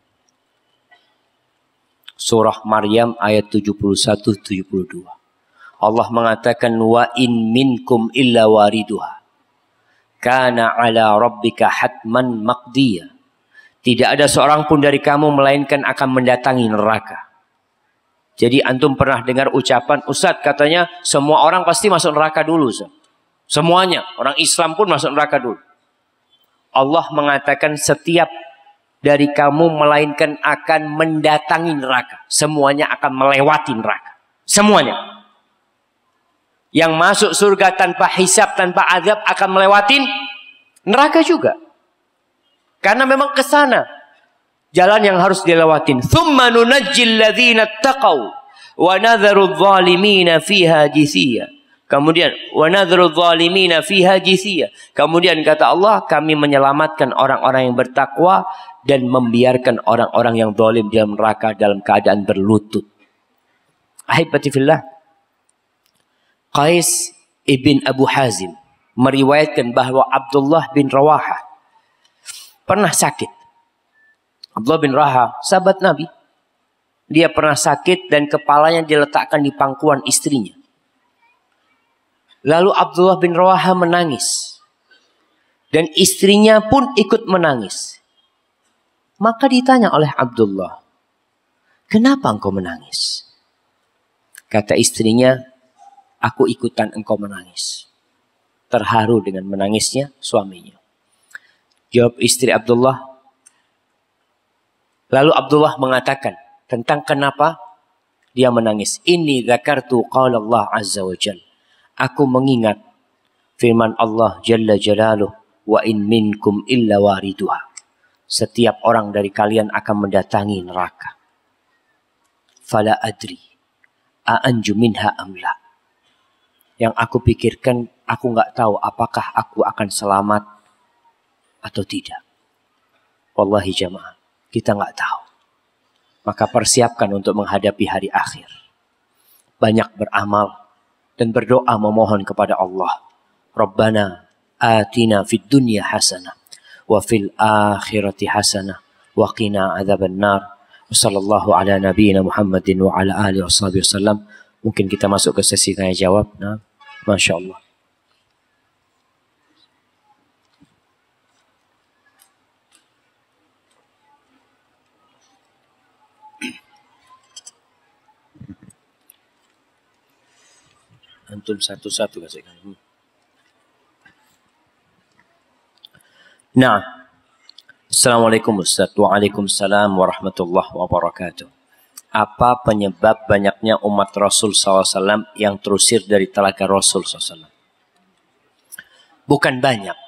Surah Maryam ayat tujuh puluh satu tujuh puluh dua. Allah mengatakan wa in minkum illa wariduha. Kana ala rabbika hatman maqdiya. Tidak ada seorang pun dari kamu melainkan akan mendatangi neraka. Jadi antum pernah dengar ucapan, Ustadz katanya semua orang pasti masuk neraka dulu. Ustaz. Semuanya, orang Islam pun masuk neraka dulu. Allah mengatakan setiap dari kamu melainkan akan mendatangi neraka. Semuanya akan melewati neraka. Semuanya. Yang masuk surga tanpa hisab, tanpa azab akan melewati neraka juga. Karena memang ke sana jalan yang harus dilewatin. Thumma nunajjil ladzina taqaw wa nadharu adh-dhalimina fiha jithiya. Kemudian wa nadharu adh-dhalimina fiha jithiya. Kemudian kata Allah, kami menyelamatkan orang-orang yang bertakwa dan membiarkan orang-orang yang zalim di dalam neraka dalam keadaan berlutut. Ahibati fillah. Qais ibn Abu Hazim meriwayatkan bahwa Abdullah bin Rawahah pernah sakit. Abdullah bin Raha, sahabat Nabi. Dia pernah sakit dan kepalanya diletakkan di pangkuan istrinya. Lalu Abdullah bin Raha menangis. Dan istrinya pun ikut menangis. Maka ditanya oleh Abdullah, kenapa engkau menangis? Kata istrinya, aku ikutan engkau menangis. Terharu dengan menangisnya suaminya. Jawab istri Abdullah. Lalu Abdullah mengatakan tentang kenapa dia menangis. Inni dzakartu qala Allah azza wa jalla. Aku mengingat firman Allah jalla jalaluh, wa in minkum illa wariduha. Setiap orang dari kalian akan mendatangi neraka. Fala adri a anju minha amla. Yang aku pikirkan, aku nggak tahu apakah aku akan selamat atau tidak. Wallahi jamaah, kita nggak tahu. Maka persiapkan untuk menghadapi hari akhir. Banyak beramal dan berdoa memohon kepada Allah. Rabbana atina fid dunya hasanah wa fil akhirati hasanah wa qina adzaban nar. Wassallallahu ala nabiyyina Muhammadin wa ala alihi wasallam. Mungkin kita masuk ke sesi tanya jawab. Nah, Masya Allah. Antum satu-satu kasih kami. Nah, Assalamualaikum Ustaz. Waalaikumsalam warahmatullahi wabarakatuh. Apa penyebab banyaknya umat Rasul sallallahu alaihi wasallam yang terusir dari telaga Rasul sallallahu alaihi wasallam? Bukan banyak.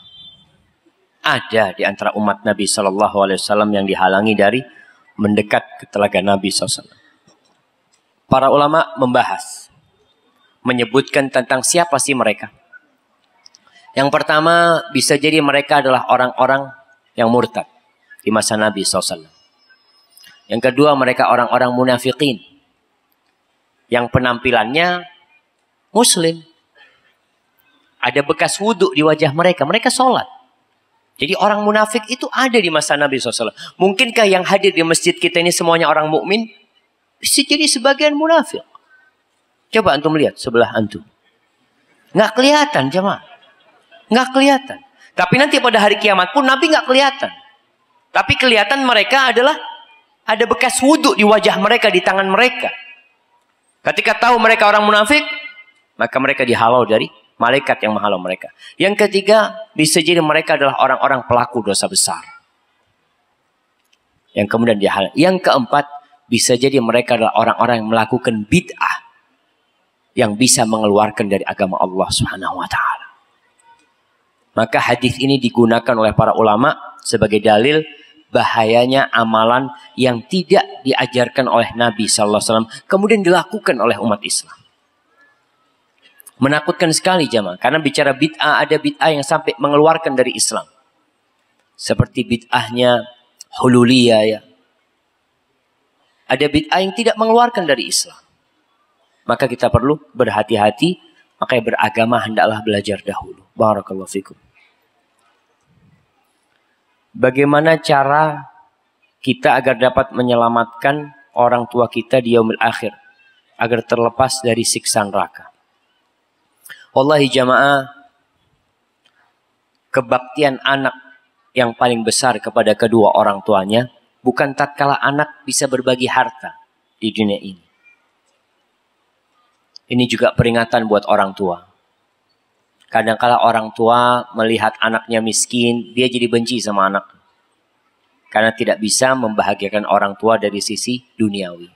Ada di antara umat Nabi sallallahu alaihi wasallam yang dihalangi dari mendekat ke telaga Nabi sallallahu alaihi wasallam. Para ulama membahas menyebutkan tentang siapa sih mereka. Yang pertama, bisa jadi mereka adalah orang-orang yang murtad di masa Nabi shallallahu alaihi wasallam. Yang kedua, mereka orang-orang munafikin yang penampilannya muslim. Ada bekas wudhu di wajah mereka. Mereka sholat. Jadi orang munafik itu ada di masa Nabi shallallahu alaihi wasallam. Mungkinkah yang hadir di masjid kita ini semuanya orang mukmin? Bisa jadi sebagian munafik. Coba antum lihat sebelah antum. Nggak kelihatan jemaah. Nggak kelihatan. Tapi nanti pada hari kiamat pun Nabi nggak kelihatan. Tapi kelihatan mereka adalah ada bekas wudhu di wajah mereka, di tangan mereka. Ketika tahu mereka orang munafik, maka mereka dihalau dari malaikat yang menghalau mereka. Yang ketiga, bisa jadi mereka adalah orang-orang pelaku dosa besar. Yang kemudian dihalau. Yang keempat, bisa jadi mereka adalah orang-orang yang melakukan bid'ah yang bisa mengeluarkan dari agama Allah Subhanahu wa taala. Maka hadis ini digunakan oleh para ulama sebagai dalil bahayanya amalan yang tidak diajarkan oleh Nabi shallallahu alaihi wasallam kemudian dilakukan oleh umat Islam. Menakutkan sekali jamaah, karena bicara bid'ah, ada bid'ah yang sampai mengeluarkan dari Islam. Seperti bid'ahnya hululiyah ya. Ada bid'ah yang tidak mengeluarkan dari Islam. Maka kita perlu berhati-hati, makanya beragama hendaklah belajar dahulu. Barakallahu fikum. Bagaimana cara kita agar dapat menyelamatkan orang tua kita di yaumil akhir agar terlepas dari siksa neraka? Wallahi jamaah, kebaktian anak yang paling besar kepada kedua orang tuanya bukan tatkala anak bisa berbagi harta di dunia ini. Ini juga peringatan buat orang tua. Kadang-kala orang tua melihat anaknya miskin, dia jadi benci sama anak. Karena tidak bisa membahagiakan orang tua dari sisi duniawi.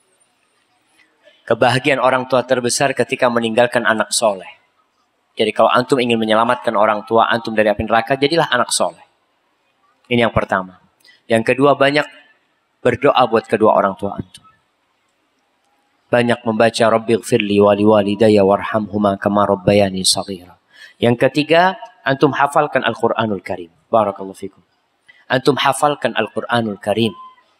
Kebahagiaan orang tua terbesar ketika meninggalkan anak soleh. Jadi kalau antum ingin menyelamatkan orang tua antum dari api neraka, jadilah anak soleh. Ini yang pertama. Yang kedua, banyak berdoa buat kedua orang tua antum. Banyak membaca Rabbighfirli wa liwalidayya warhamhuma kama rabbayani shaghira. Yang ketiga, antum hafalkan Al-Quranul Karim. Barakallahu fikum. Antum hafalkan Al-Quranul Karim.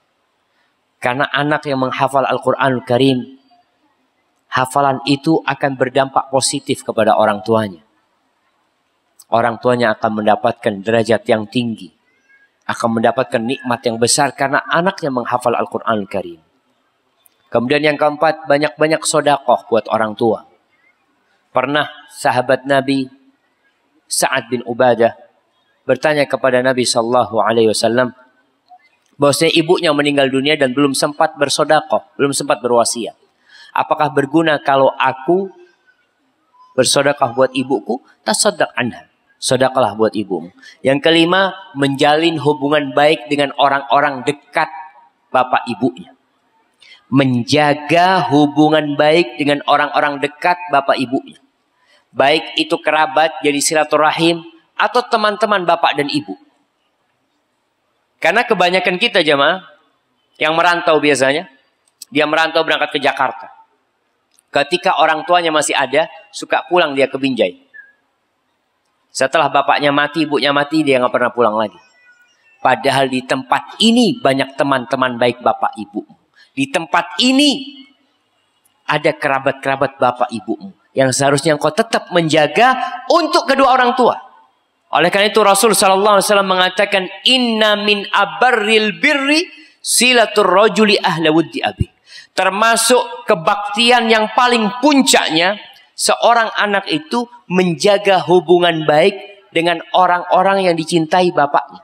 Karena anak yang menghafal Al-Quranul Karim, hafalan itu akan berdampak positif kepada orang tuanya. Orang tuanya akan mendapatkan derajat yang tinggi. Akan mendapatkan nikmat yang besar karena anak yang menghafal Al-Quranul Karim. Kemudian yang keempat, banyak-banyak sedekah buat orang tua. Pernah sahabat Nabi Sa'ad bin Ubadah bertanya kepada Nabi Sallallahu Alaihi Wasallam bahwasanya ibunya meninggal dunia dan belum sempat bersedekah, belum sempat berwasiat. Apakah berguna kalau aku bersedekah buat ibuku? Tasaddaq anha. Sedekahlah buat ibumu. Yang kelima, menjalin hubungan baik dengan orang-orang dekat bapak ibunya. Menjaga hubungan baik dengan orang-orang dekat bapak ibunya. Baik itu kerabat jadi silaturahim atau teman-teman bapak dan ibu. Karena kebanyakan kita jemaah yang merantau biasanya, dia merantau berangkat ke Jakarta. Ketika orang tuanya masih ada, suka pulang dia ke Binjai. Setelah bapaknya mati, ibunya mati, dia nggak pernah pulang lagi. Padahal di tempat ini banyak teman-teman baik bapak ibumu. Di tempat ini ada kerabat-kerabat bapak ibumu yang seharusnya engkau tetap menjaga untuk kedua orang tua. Oleh karena itu Rasul Sallallahu Alaihi Wasallam mengatakan, Inna min abarril birri silatur rajuli ahla wuddi abi. Termasuk kebaktian yang paling puncaknya, seorang anak itu menjaga hubungan baik dengan orang-orang yang dicintai bapaknya.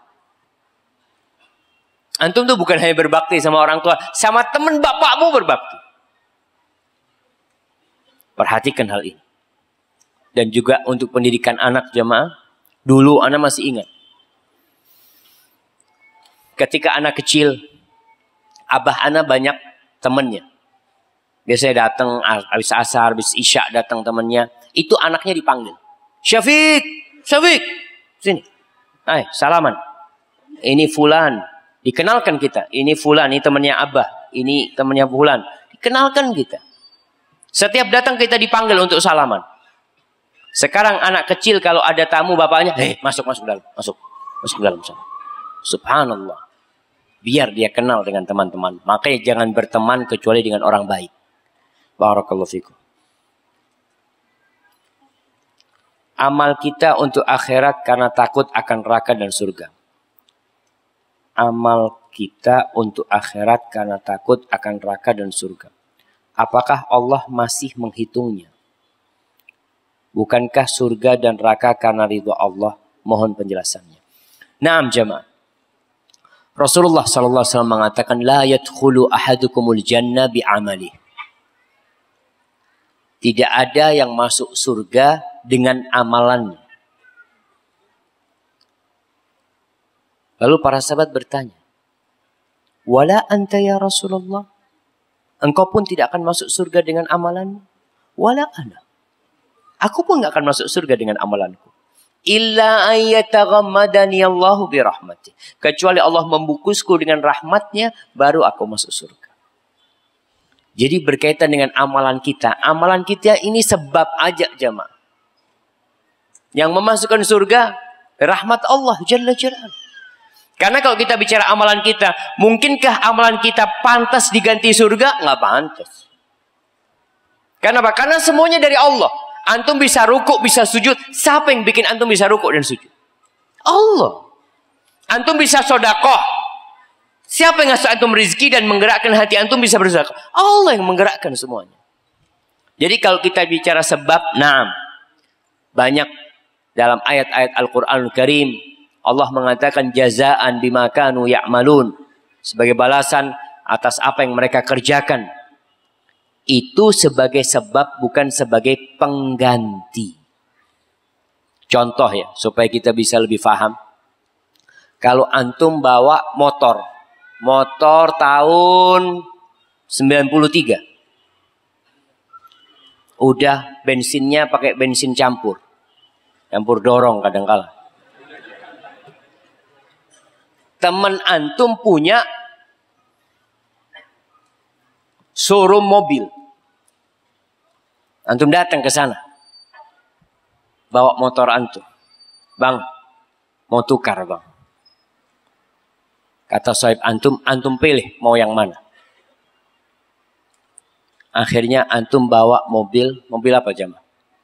Antum tuh bukan hanya berbakti sama orang tua, sama teman bapakmu berbakti. Perhatikan hal ini. Dan juga untuk pendidikan anak jemaah, dulu anak masih ingat. Ketika anak kecil, abah anak banyak temannya. Biasanya datang habis asar, habis isya datang temannya. Itu anaknya dipanggil. Syafiq, Syafiq, sini. Hai, salaman. Ini fulan. Dikenalkan kita. Ini fulan, ini temannya abah. Ini temannya fulan. Dikenalkan kita. Setiap datang kita dipanggil untuk salaman. Sekarang anak kecil kalau ada tamu bapaknya, hei masuk masuk dalam, masuk masuk dalam sana. Subhanallah. Biar dia kenal dengan teman-teman. Makanya jangan berteman kecuali dengan orang baik. Barakallahu fikum. Amal kita untuk akhirat karena takut akan neraka dan surga. Amal kita untuk akhirat karena takut akan neraka dan surga. Apakah Allah masih menghitungnya? Bukankah surga dan neraka karena ridha Allah? Mohon penjelasannya. Naam jamaah. Rasulullah sallallahu alaihi wasallam mengatakan la yadkhulu ahadukumul jannah bi'amali. Tidak ada yang masuk surga dengan amalannya. Lalu para sahabat bertanya, wala anta ya Rasulullah? Engkau pun tidak akan masuk surga dengan amalanmu? Wala ana. Aku pun gak akan masuk surga dengan amalanku. Illa ayyataghammadani Allahu birahmati. Kecuali Allah membungkusku dengan rahmatnya, baru aku masuk surga. Jadi berkaitan dengan amalan kita. Amalan kita ini sebab aja jamaah. Yang memasukkan surga, rahmat Allah Jalla Jalaluhu. Karena kalau kita bicara amalan kita, mungkinkah amalan kita pantas diganti surga? Nggak pantas. Kenapa? Karena semuanya dari Allah. Antum bisa rukuk, bisa sujud. Siapa yang bikin antum bisa rukuk dan sujud? Allah. Antum bisa sodakoh. Siapa yang ngasih antum rezeki dan menggerakkan hati antum bisa bersedekah? Allah yang menggerakkan semuanya. Jadi kalau kita bicara sebab, naam. Banyak dalam ayat-ayat Al-Quranul Karim. Allah mengatakan jazaan bima kanu ya'malun. Sebagai balasan atas apa yang mereka kerjakan. Itu sebagai sebab bukan sebagai pengganti. Contoh ya, supaya kita bisa lebih paham. Kalau antum bawa motor. Motor tahun sembilan puluh tiga. Udah bensinnya pakai bensin campur. Campur dorong kadang-kala. Teman antum punya showroom mobil. Antum datang ke sana. Bawa motor antum. Bang, mau tukar bang. Kata sahib antum, antum pilih mau yang mana. Akhirnya antum bawa mobil, mobil apa jamaah?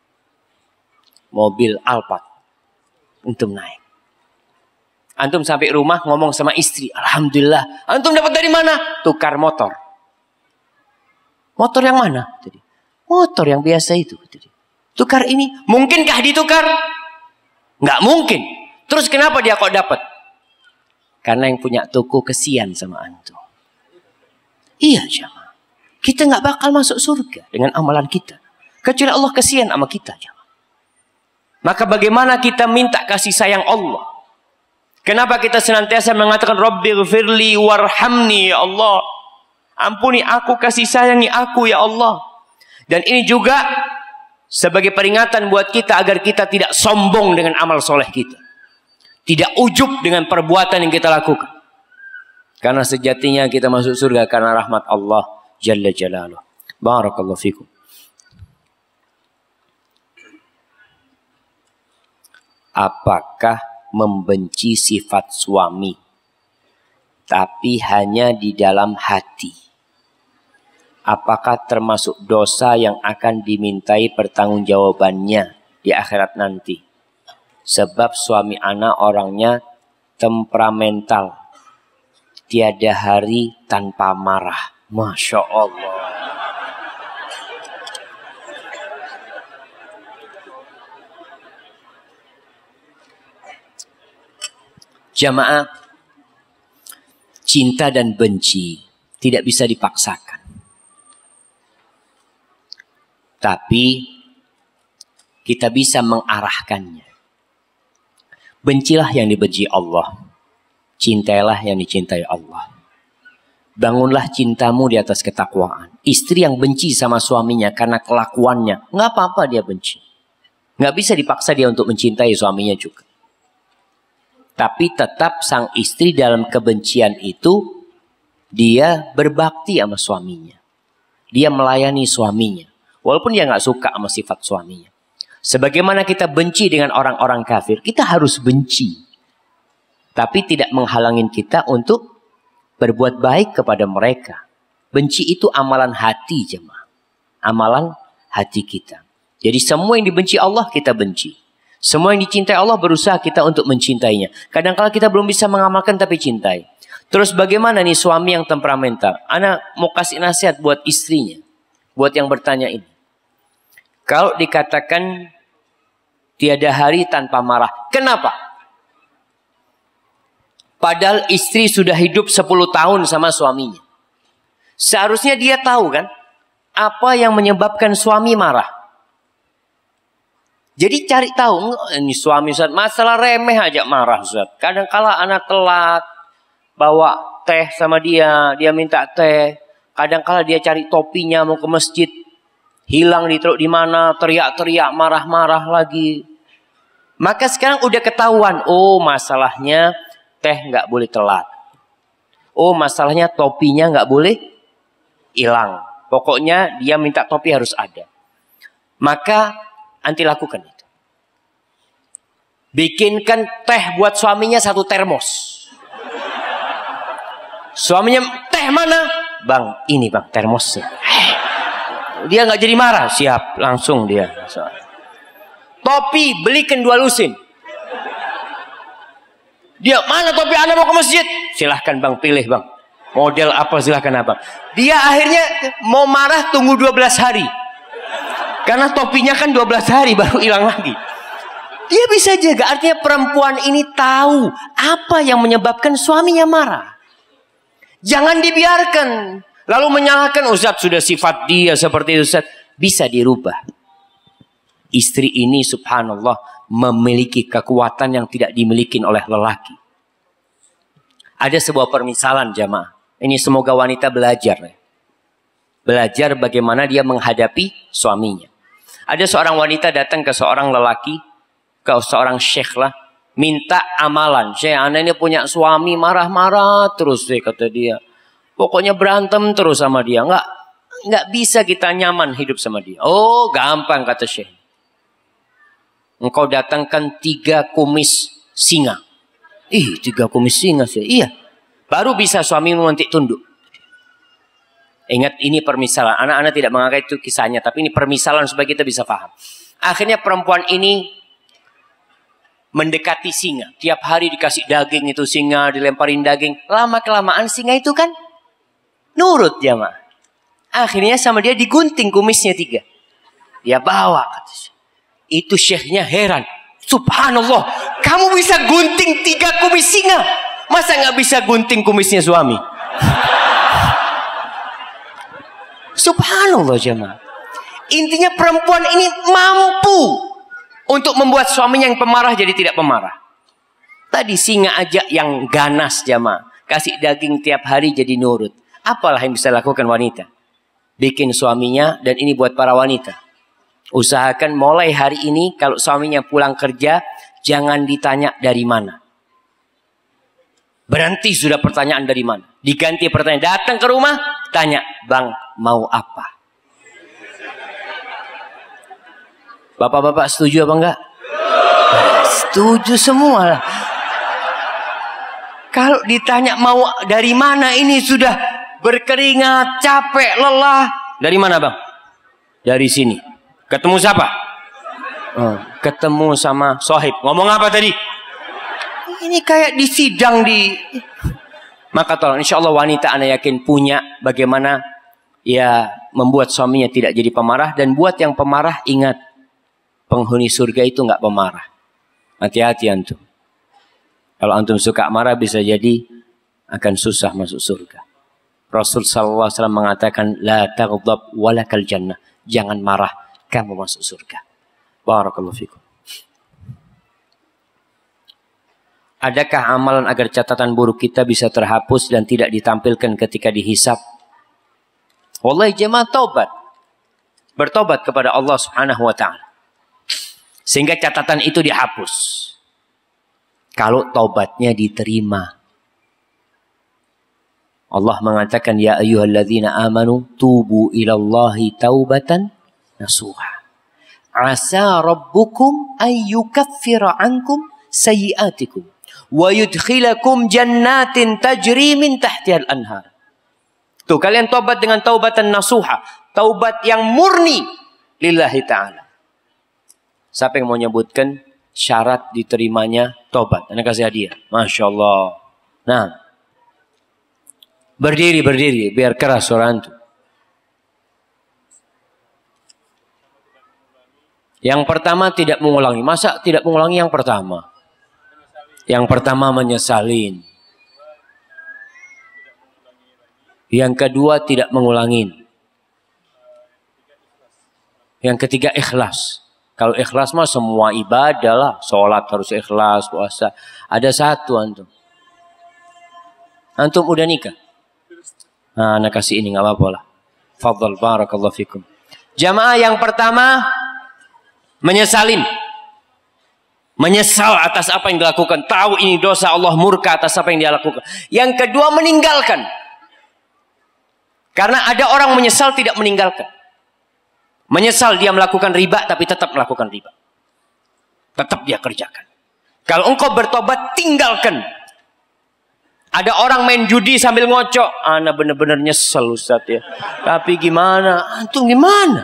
Mobil Alphard. Antum naik. Antum sampai rumah ngomong sama istri, alhamdulillah. Antum dapat dari mana? Tukar motor. Motor yang mana? Motor yang biasa itu. Tukar ini, mungkinkah ditukar? Nggak mungkin. Terus kenapa dia kok dapat? Karena yang punya toko kesian sama antum. Iya jamaah. Kita nggak bakal masuk surga dengan amalan kita. Kecuali Allah kesian sama kita jamaah. Maka bagaimana kita minta kasih sayang Allah? Kenapa kita senantiasa mengatakan Rabbighfirli warhamni ya Allah. Ampuni aku, kasih sayangi aku ya Allah. Dan ini juga sebagai peringatan buat kita agar kita tidak sombong dengan amal soleh kita. Tidak ujub dengan perbuatan yang kita lakukan. Karena sejatinya kita masuk surga karena rahmat Allah Jalla Jalaluhu. Barakallahu fikum. Apakah membenci sifat suami tapi hanya di dalam hati, apakah termasuk dosa yang akan dimintai pertanggungjawabannya di akhirat nanti? Sebab suami anak orangnya temperamental, tiada hari tanpa marah. Masya Allah. Jamaah, cinta dan benci tidak bisa dipaksakan. Tapi kita bisa mengarahkannya. Bencilah yang dibenci Allah. Cintailah yang dicintai Allah. Bangunlah cintamu di atas ketakwaan. Istri yang benci sama suaminya karena kelakuannya, nggak apa-apa dia benci. Nggak bisa dipaksa dia untuk mencintai suaminya juga. Tapi tetap sang istri dalam kebencian itu, dia berbakti sama suaminya. Dia melayani suaminya. Walaupun dia nggak suka sama sifat suaminya. Sebagaimana kita benci dengan orang-orang kafir, kita harus benci. Tapi tidak menghalangin kita untuk berbuat baik kepada mereka. Benci itu amalan hati, jemaah. Amalan hati kita. Jadi semua yang dibenci Allah kita benci. Semua yang dicintai Allah berusaha kita untuk mencintainya. Kadang-kala kita belum bisa mengamalkan tapi cintai. Terus bagaimana nih suami yang temperamental? Ana mau kasih nasihat buat istrinya. Buat yang bertanya ini. Kalau dikatakan tiada hari tanpa marah. Kenapa? Padahal istri sudah hidup sepuluh tahun sama suaminya. Seharusnya dia tahu kan. Apa yang menyebabkan suami marah. Jadi cari tahu. Ini suami Ustaz. Masalah remeh aja marah Ustaz. Kadang-kala anak telat. Bawa teh sama dia. Dia minta teh. Kadang-kala dia cari topinya mau ke masjid. Hilang ditaruh di mana. Teriak-teriak marah-marah lagi. Maka sekarang udah ketahuan. Oh masalahnya teh nggak boleh telat. Oh masalahnya topinya nggak boleh hilang. Pokoknya dia minta topi harus ada. Maka anti lakukan itu. Bikinkan teh buat suaminya satu termos. Suaminya, teh mana? Bang, ini bang termosnya. Dia nggak jadi marah. Siap, langsung dia. Topi, belikan dua lusin. Dia, mana topi Anda mau ke masjid? Silahkan bang, pilih bang. Model apa silahkan abang. Dia akhirnya mau marah tunggu dua belas hari. Karena topinya kan dua belas hari baru hilang lagi. Dia bisa jaga. Artinya perempuan ini tahu apa yang menyebabkan suaminya marah. Jangan dibiarkan. Lalu menyalahkan, Ustaz sudah sifat dia seperti itu Ustaz. Bisa dirubah. Istri ini subhanallah memiliki kekuatan yang tidak dimiliki oleh lelaki. Ada sebuah permisalan jamaah. Ini semoga wanita belajar. Belajar bagaimana dia menghadapi suaminya. Ada seorang wanita datang ke seorang lelaki. Ke seorang syekh lah. Minta amalan. Syekh, anda ini punya suami marah-marah terus deh kata dia. Pokoknya berantem terus sama dia. Nggak, nggak bisa kita nyaman hidup sama dia. Oh gampang kata syekh. Engkau datangkan tiga kumis singa. Ih tiga kumis singa sih. Iya. Baru bisa suamimu nanti tunduk. Ingat ini permisalan. Anak-anak tidak menganggap itu kisahnya. Tapi ini permisalan supaya kita bisa paham. Akhirnya perempuan ini mendekati singa. Tiap hari dikasih daging itu singa. Dilemparin daging. Lama-kelamaan singa itu kan nurut jamaah. Akhirnya sama dia digunting kumisnya tiga. Dia bawa. Itu syekhnya heran. Subhanallah. Kamu bisa gunting tiga kumis singa. Masa nggak bisa gunting kumisnya suami? Subhanallah jemaah. Intinya perempuan ini mampu untuk membuat suaminya yang pemarah jadi tidak pemarah. Tadi singa aja yang ganas jemaah. Kasih daging tiap hari jadi nurut. Apalah yang bisa lakukan wanita? Bikin suaminya, dan ini buat para wanita. Usahakan mulai hari ini kalau suaminya pulang kerja, jangan ditanya dari mana. Berhenti sudah pertanyaan dari mana. Diganti pertanyaan. Datang ke rumah, tanya, bang mau apa? Bapak-bapak setuju apa enggak? Setuju semua lah. Kalau ditanya mau dari mana, ini sudah berkeringat, capek, lelah. Dari mana bang? Dari sini. Ketemu siapa? Oh, ketemu sama sohib. Ngomong apa tadi? Ini kayak di sidang di. Maka tolong, insya Allah wanita anda yakin punya bagaimana ya membuat suaminya tidak jadi pemarah. Dan buat yang pemarah ingat, penghuni surga itu nggak pemarah. Hati-hati antum. Kalau antum suka marah bisa jadi akan susah masuk surga. Rasul sallallahu alaihi wasallam mengatakan la taghdab walakal jannah. Jangan marah, kamu masuk surga. Barakallahu fikum. Adakah amalan agar catatan buruk kita bisa terhapus dan tidak ditampilkan ketika dihisab? Wallahi jemaah taubat. Bertobat kepada Allah Subhanahu wa taala. Sehingga catatan itu dihapus. Kalau taubatnya diterima. Allah mengatakan ya ayyuhalladzina amanu tubu ilallahi taubatan nasuha. Asa rabbukum ayyukaffira ankum sayyiatikum wa yudkhilakum jannatin tajri min tahtihal anhar. Tuh, kalian taubat dengan taubatan nasuha, taubat yang murni lillahi ta'ala. Siapa yang mau nyebutkan syarat diterimanya taubat? Anda kasih hadiah. Masya Allah. Nah, berdiri, berdiri, biar keras suara antum. Yang pertama tidak mengulangi. Masa tidak mengulangi yang pertama? Yang pertama menyesalin. Yang kedua tidak mengulangi. Yang ketiga ikhlas. Kalau ikhlas mah semua ibadah lah. Sholat harus ikhlas, puasa. Ada satu antum. Antum udah nikah? Nah, anak kasih ini nggak apa-apa lah. Fadhal barakallahu fikum. Jamaah yang pertama menyesalin. Menyesal atas apa yang dilakukan. Tahu ini dosa, Allah murka atas apa yang dia lakukan. Yang kedua meninggalkan. Karena ada orang menyesal tidak meninggalkan. Menyesal dia melakukan riba tapi tetap melakukan riba. Tetap dia kerjakan. Kalau engkau bertobat tinggalkan. Ada orang main judi sambil ngocok. Ana benar-benar nyesel Ustaz ya. Tapi gimana? Antum gimana?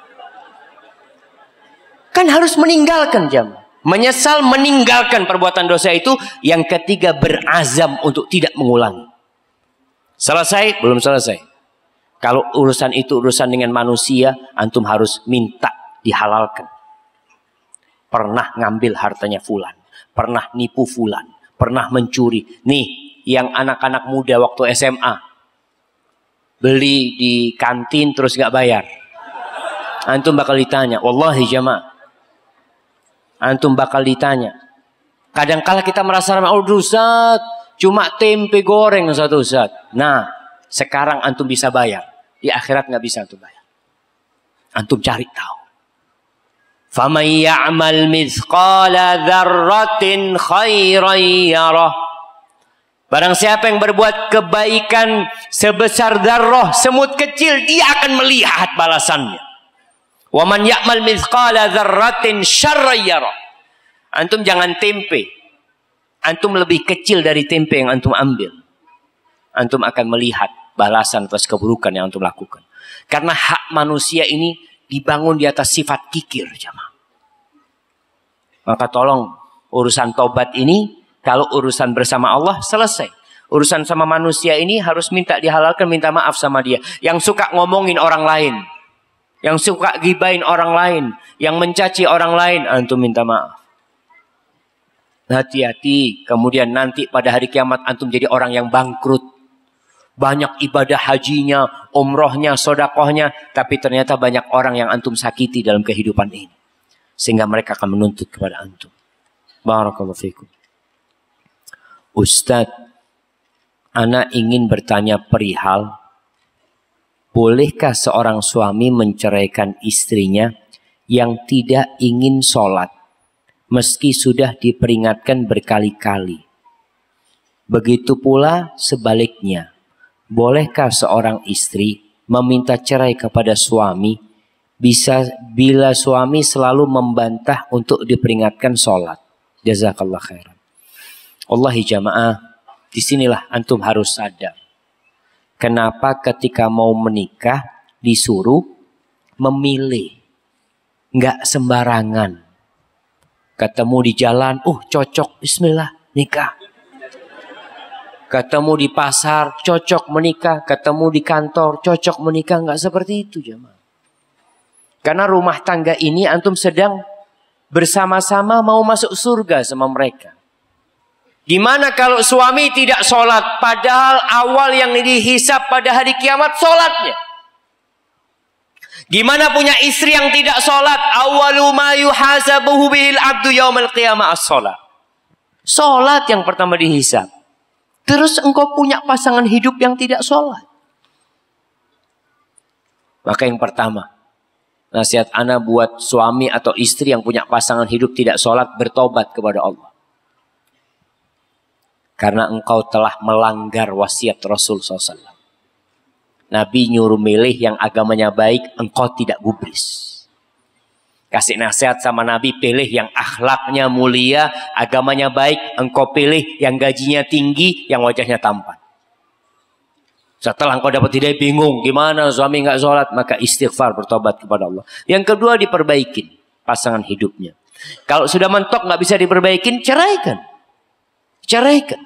Kan harus meninggalkan jam. Menyesal meninggalkan perbuatan dosa itu. Yang ketiga berazam untuk tidak mengulangi. Selesai? Belum selesai. Kalau urusan itu urusan dengan manusia, antum harus minta dihalalkan. Pernah ngambil hartanya fulan. Pernah nipu fulan. Pernah mencuri. Nih, yang anak-anak muda waktu S M A. Beli di kantin terus gak bayar. Antum bakal ditanya. Wallahi jamaah. Antum bakal ditanya. Kadang-kala kita merasa ramah. Oh Ustaz, cuma tempe goreng satu Ustaz. Nah, sekarang antum bisa bayar. Di akhirat nggak bisa antum bayar. Antum cari tahu. فَمَنْ يَعْمَلْ مِثْقَالَ ذَرَّةٍ خَيْرًا يَرَهُ. Barang siapa yang berbuat kebaikan sebesar dzarrah, semut kecil, dia akan melihat balasannya. وَمَنْ يَعْمَلْ مِثْقَالَ ذَرَّةٍ شَرًّا يَرَهُ. Antum jangan tempe. Antum lebih kecil dari tempe yang antum ambil. Antum akan melihat balasan atas keburukan yang antum lakukan. Karena hak manusia ini dibangun di atas sifat kikir, jamaah. Maka tolong urusan taubat ini, kalau urusan bersama Allah selesai. Urusan sama manusia ini harus minta dihalalkan, minta maaf sama dia. Yang suka ngomongin orang lain, yang suka gibain orang lain, yang mencaci orang lain, antum minta maaf. Hati-hati, kemudian nanti pada hari kiamat antum jadi orang yang bangkrut. Banyak ibadah hajinya, umrohnya, sodakohnya. Tapi ternyata banyak orang yang antum sakiti dalam kehidupan ini. Sehingga mereka akan menuntut kepada antum. Barakallahu fikum. Ustadz, ana ingin bertanya perihal. Bolehkah seorang suami menceraikan istrinya yang tidak ingin sholat? Meski sudah diperingatkan berkali-kali. Begitu pula sebaliknya. Bolehkah seorang istri meminta cerai kepada suami bisa bila suami selalu membantah untuk diperingatkan sholat? Jazakallah khairan. Wallahi jamaah, disinilah antum harus sadar. Kenapa ketika mau menikah disuruh memilih, nggak sembarangan. Ketemu di jalan, oh cocok, bismillah nikah. Ketemu di pasar, cocok menikah. Ketemu di kantor, cocok menikah. Nggak seperti itu jemaah. Karena rumah tangga ini antum sedang bersama-sama mau masuk surga sama mereka. Gimana kalau suami tidak sholat? Padahal awal yang dihisab pada hari kiamat sholatnya. Gimana punya istri yang tidak sholat? Awalu ma yuhasabuhu bihil abdu yaumal qiyamah as-sholat. Sholat yang pertama dihisab. Terus engkau punya pasangan hidup yang tidak sholat. Maka yang pertama, nasihat ana buat suami atau istri yang punya pasangan hidup tidak sholat, bertobat kepada Allah. Karena engkau telah melanggar wasiat Rasul shallallahu alaihi wasallam. Nabi nyuruh milih yang agamanya baik, engkau tidak gubris. Kasih nasihat sama Nabi, pilih yang akhlaknya mulia, agamanya baik. Engkau pilih yang gajinya tinggi, yang wajahnya tampan. Setelah engkau dapat hidayah, bingung gimana suami nggak sholat, maka istighfar, bertobat kepada Allah. Yang kedua, diperbaikin pasangan hidupnya. Kalau sudah mentok nggak bisa diperbaikin, ceraikan. Ceraikan.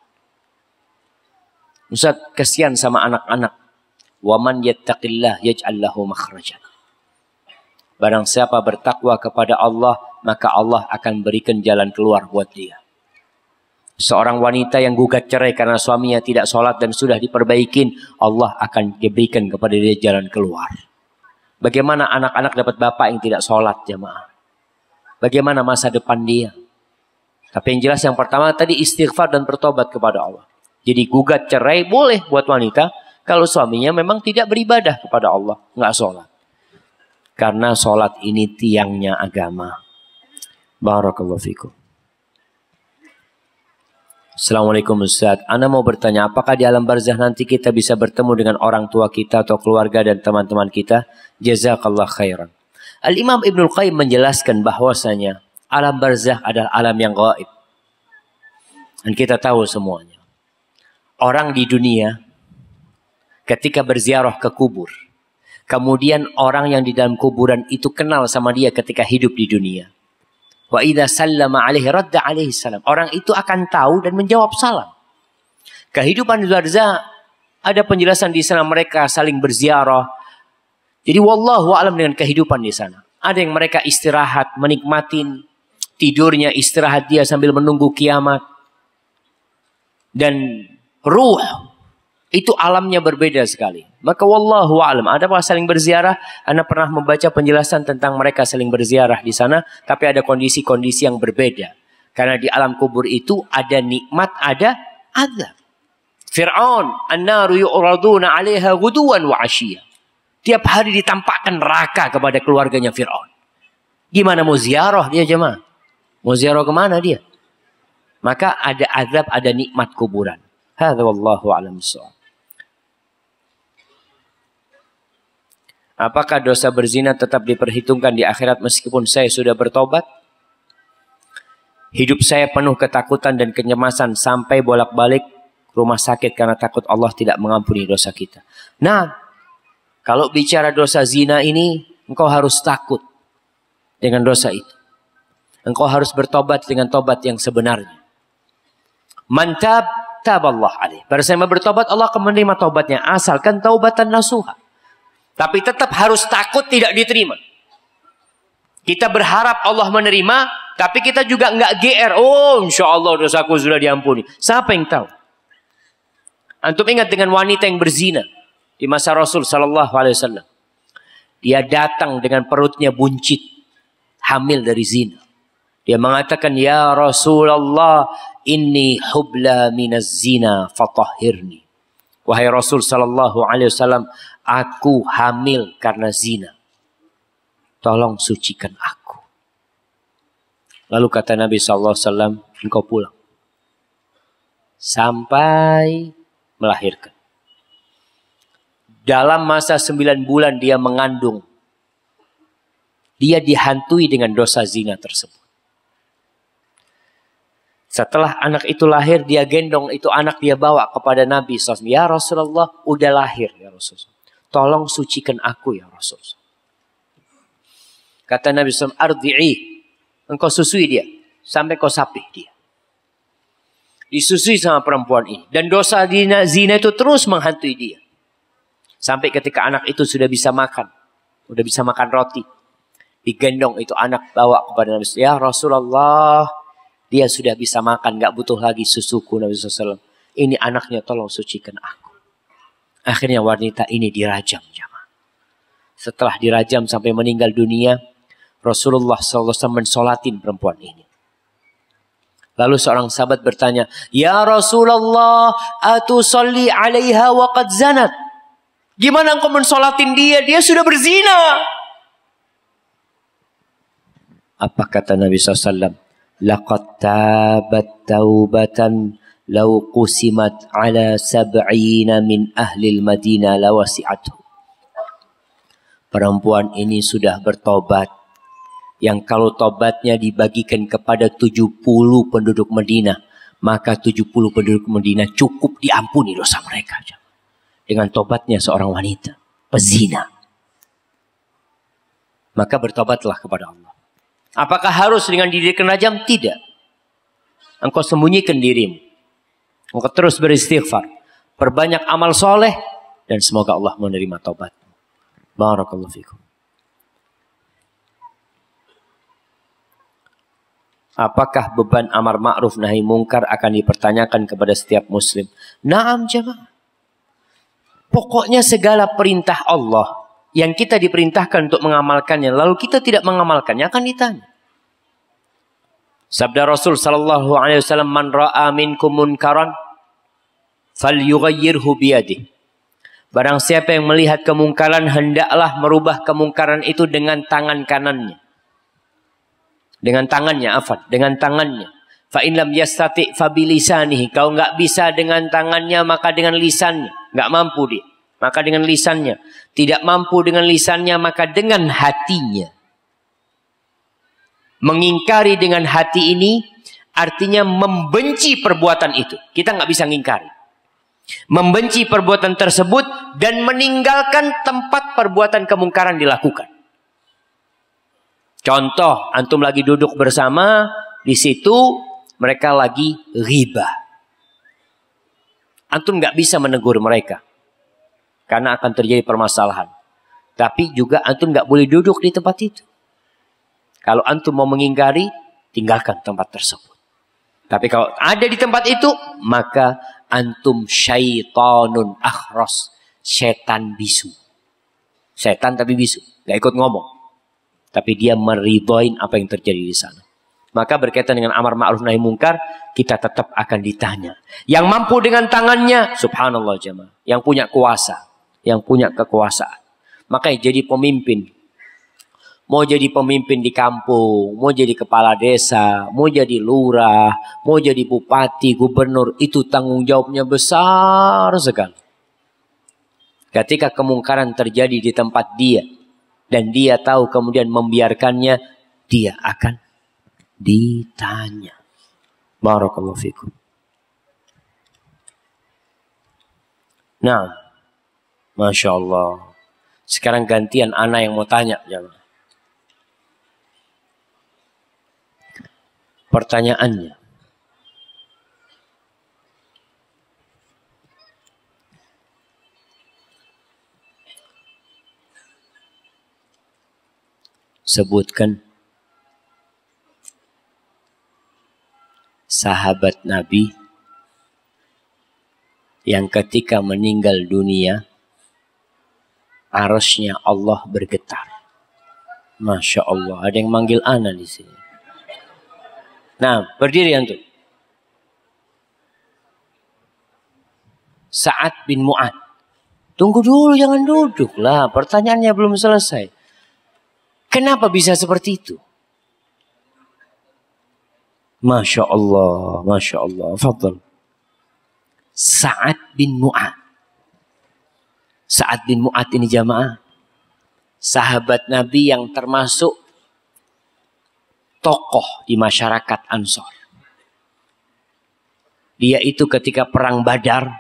Ustaz, kasihan sama anak-anak. Waman yattaqillah yaj'al lahu makhrajan. Barang siapa bertakwa kepada Allah, maka Allah akan berikan jalan keluar buat dia. Seorang wanita yang gugat cerai karena suaminya tidak sholat dan sudah diperbaikin, Allah akan diberikan kepada dia jalan keluar. Bagaimana anak-anak dapat bapak yang tidak sholat, jamaah? Bagaimana masa depan dia? Tapi yang jelas yang pertama tadi istighfar dan bertobat kepada Allah. Jadi gugat cerai boleh buat wanita kalau suaminya memang tidak beribadah kepada Allah, nggak sholat. Karena sholat ini tiangnya agama. Barakallahu fikum. Assalamualaikum Ustaz. Ana mau bertanya, apakah di alam barzah nanti kita bisa bertemu dengan orang tua kita atau keluarga dan teman-teman kita? Jazakallah khairan. Al-Imam Ibnul Qayyim menjelaskan bahwasanya alam barzah adalah alam yang gaib. Dan kita tahu semuanya. Orang di dunia ketika berziarah ke kubur, kemudian orang yang di dalam kuburan itu kenal sama dia ketika hidup di dunia. Wa idza sallama alaihi radda alaihi salam. Orang itu akan tahu dan menjawab salam. Kehidupan barzah ada penjelasan di sana, mereka saling berziarah. Jadi wallahu a'lam dengan kehidupan di sana. Ada yang mereka istirahat, menikmatin tidurnya, istirahat dia sambil menunggu kiamat. Dan ruh itu alamnya berbeda sekali. Maka wallahu a'lam. Ada apa saling berziarah? Anda pernah membaca penjelasan tentang mereka saling berziarah di sana, tapi ada kondisi-kondisi yang berbeda. Karena di alam kubur itu ada nikmat, ada azab. Fir'aun, an-naru yu'raduna 'alaiha ghuduwan wa 'ashiyya. Tiap hari ditampakkan neraka kepada keluarganya Fir'aun. Gimana mau ziarah dia jemaah? Mau ziarah kemana dia? Maka ada azab, ada nikmat kuburan. Hadza wallahu a'lam bissawab. Apakah dosa berzina tetap diperhitungkan di akhirat meskipun saya sudah bertobat? Hidup saya penuh ketakutan dan kecemasan sampai bolak-balik rumah sakit karena takut Allah tidak mengampuni dosa kita. Nah, kalau bicara dosa zina ini, engkau harus takut dengan dosa itu. Engkau harus bertobat dengan tobat yang sebenarnya. Mantab taballah alaih. Pada saat bertobat, Allah akan menerima tobatnya asalkan taubatan nasuha. Tapi tetap harus takut tidak diterima. Kita berharap Allah menerima, tapi kita juga enggak G R. Oh, insya Allah dosaku sudah diampuni. Siapa yang tahu? Antum ingat dengan wanita yang berzina di masa Rasul Sallallahu Alaihi Wasallam. Dia datang dengan perutnya buncit, hamil dari zina. Dia mengatakan, ya Rasulullah, inni hubla minaz zina fatahhirni. Wahai Rasul Sallallahu Alaihi Wasallam, aku hamil karena zina. Tolong sucikan aku. Lalu kata Nabi Sallallahu Alaihi Wasallam, engkau pulang. Sampai melahirkan. Dalam masa sembilan bulan dia mengandung. Dia dihantui dengan dosa zina tersebut. Setelah anak itu lahir, dia gendong itu anak, dia bawa kepada Nabi shallallahu alaihi wasallam. Ya Rasulullah, udah lahir ya Rasulullah. Tolong sucikan aku ya Rasulullah. Kata Nabi shallallahu alaihi wasallam, ardi'i. Engkau susui dia. Sampai kau sapih dia. Disusui sama perempuan ini. Dan dosa zina, zina itu terus menghantui dia. Sampai ketika anak itu sudah bisa makan. Sudah bisa makan roti. Digendong itu anak bawa kepada Nabi. Ya Rasulullah, dia sudah bisa makan. Gak butuh lagi susuku Nabi shallallahu alaihi wasallam. Ini anaknya, tolong sucikan aku. Akhirnya wanita ini dirajam. Jamaah. Setelah dirajam sampai meninggal dunia, Rasulullah shallallahu alaihi wasallam mensolatin perempuan ini. Lalu seorang sahabat bertanya, ya Rasulullah, atusalli alaiha wa qad zanat. Gimana engkau mensolatin dia? Dia sudah berzina. Apa kata Nabi shallallahu alaihi wasallam? Laqad tabat taubatan law qusimat ala sab'ina min ahli al-Madinah lawasi'atuh. Perempuan ini sudah bertobat yang kalau tobatnya dibagikan kepada tujuh puluh penduduk Madinah, maka tujuh puluh penduduk Madinah cukup diampuni dosa mereka. Dengan tobatnya seorang wanita pezina. Maka bertobatlah kepada Allah. Apakah harus dengan diri kena rajam? Tidak. Engkau sembunyikan dirimu. Engkau terus beristighfar. Perbanyak amal soleh. Dan semoga Allah menerima tobatmu. Barakallahu fikum. Apakah beban amar ma'ruf nahi mungkar akan dipertanyakan kepada setiap muslim? Naam jemaah. Pokoknya segala perintah Allah yang kita diperintahkan untuk mengamalkannya, lalu kita tidak mengamalkannya, akan ditanya. Sabda Rasul sallallahu alaihi wasallam, "Man ra'a minkum munkaran falyughayyirhu biyadihi." Barang siapa yang melihat kemungkaran, hendaklah merubah kemungkaran itu dengan tangan kanannya. Dengan tangannya, afan, dengan tangannya. Fa in lam yastati' fa bilisanihi. Kau enggak bisa dengan tangannya, maka dengan lisannya. Enggak mampu dia, maka dengan lisannya. Tidak mampu dengan lisannya, maka dengan hatinya. Mengingkari dengan hati ini artinya membenci perbuatan itu. Kita enggak bisa ngingkari. Membenci perbuatan tersebut dan meninggalkan tempat perbuatan kemungkaran dilakukan. Contoh, antum lagi duduk bersama, di situ mereka lagi riba. Antum nggak bisa menegur mereka, karena akan terjadi permasalahan. Tapi juga antum nggak boleh duduk di tempat itu. Kalau antum mau mengingkari, tinggalkan tempat tersebut. Tapi kalau ada di tempat itu, maka antum syaitanun akhros, setan bisu. Setan tapi bisu, nggak ikut ngomong. Tapi dia meridhoin apa yang terjadi di sana. Maka berkaitan dengan amar ma'ruf nahi mungkar, kita tetap akan ditanya. Yang mampu dengan tangannya, subhanallah jemaah, yang punya kuasa, yang punya kekuasaan. Makanya jadi pemimpin. Mau jadi pemimpin di kampung, mau jadi kepala desa, mau jadi lurah, mau jadi bupati, gubernur, itu tanggung jawabnya besar sekali. Ketika kemungkaran terjadi di tempat dia, dan dia tahu kemudian membiarkannya, dia akan ditanya. Barakallahu fikum. Nah, Masya Allah. Sekarang gantian anak yang mau tanya. Jangan. Pertanyaannya. Sebutkan sahabat Nabi yang ketika meninggal dunia arasnya Allah bergetar. Masya Allah, ada yang manggil ana di sini. Nah, berdiri antum. Sa'ad bin Mu'ad. Tunggu dulu, jangan duduk lah. Pertanyaannya belum selesai. Kenapa bisa seperti itu? Masya Allah, Masya Allah. Fadal. Sa'ad bin Mu'ad. Sa'ad bin Mu'ad ini jamaah. Sahabat Nabi yang termasuk tokoh di masyarakat Ansor. Dia itu ketika perang Badar.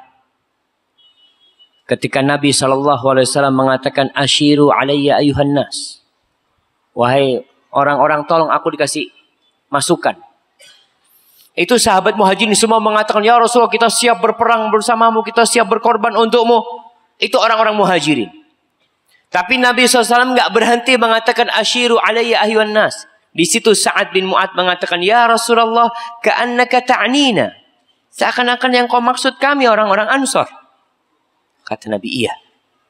Ketika Nabi shallallahu alaihi wasallam mengatakan, Ashiru alayya ayuhan nas. Wahai orang-orang, tolong aku dikasih masukan. Itu sahabat muhajirin semua mengatakan, ya Rasulullah, kita siap berperang bersamamu, kita siap berkorban untukmu. Itu orang-orang muhajirin. Tapi Nabi shallallahu alaihi wasallam nggak berhenti mengatakan ashiru alayya ayyuhan nas. Di situ Sa'ad bin Mu'ad mengatakan, ya Rasulullah, ka'annaka ta'nina. Seakan-akan yang kau maksud kami orang-orang Ansor. Kata Nabi, iya.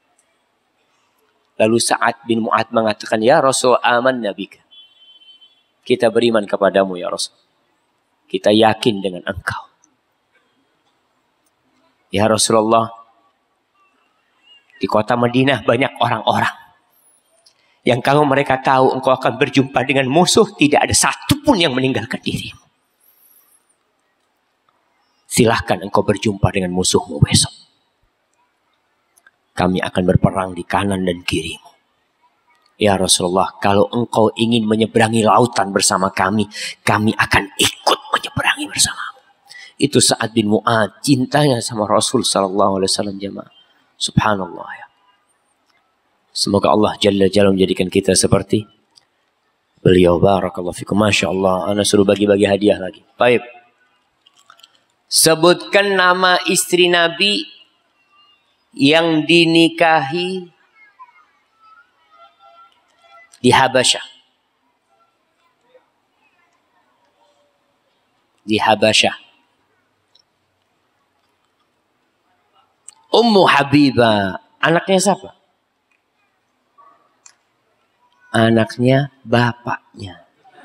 Lalu Sa'ad bin Mu'ad mengatakan, ya Rasul, aman nabika. Kita beriman kepadamu ya Rasul. Kita yakin dengan engkau. Ya Rasulullah, di kota Madinah banyak orang-orang yang kalau mereka tahu engkau akan berjumpa dengan musuh, tidak ada satupun yang meninggalkan dirimu. Silahkan engkau berjumpa dengan musuhmu besok. Kami akan berperang di kanan dan kirimu. Ya Rasulullah, kalau engkau ingin menyeberangi lautan bersama kami, kami akan ikut menyeberangi bersamamu. Itu Sa'ad bin Mu'adz, cintanya sama Rasul sallallahu alaihi wasallam jemaah. Subhanallah ya. Semoga Allah Jalla Jalla menjadikan kita seperti beliau. Barakallahu fikum. Masya Allah. Ana suruh bagi-bagi hadiah lagi. Baik. Sebutkan nama istri Nabi yang dinikahi di Habasyah. Di Habasyah. Ummu Habibah. Anaknya siapa? Anaknya bapaknya.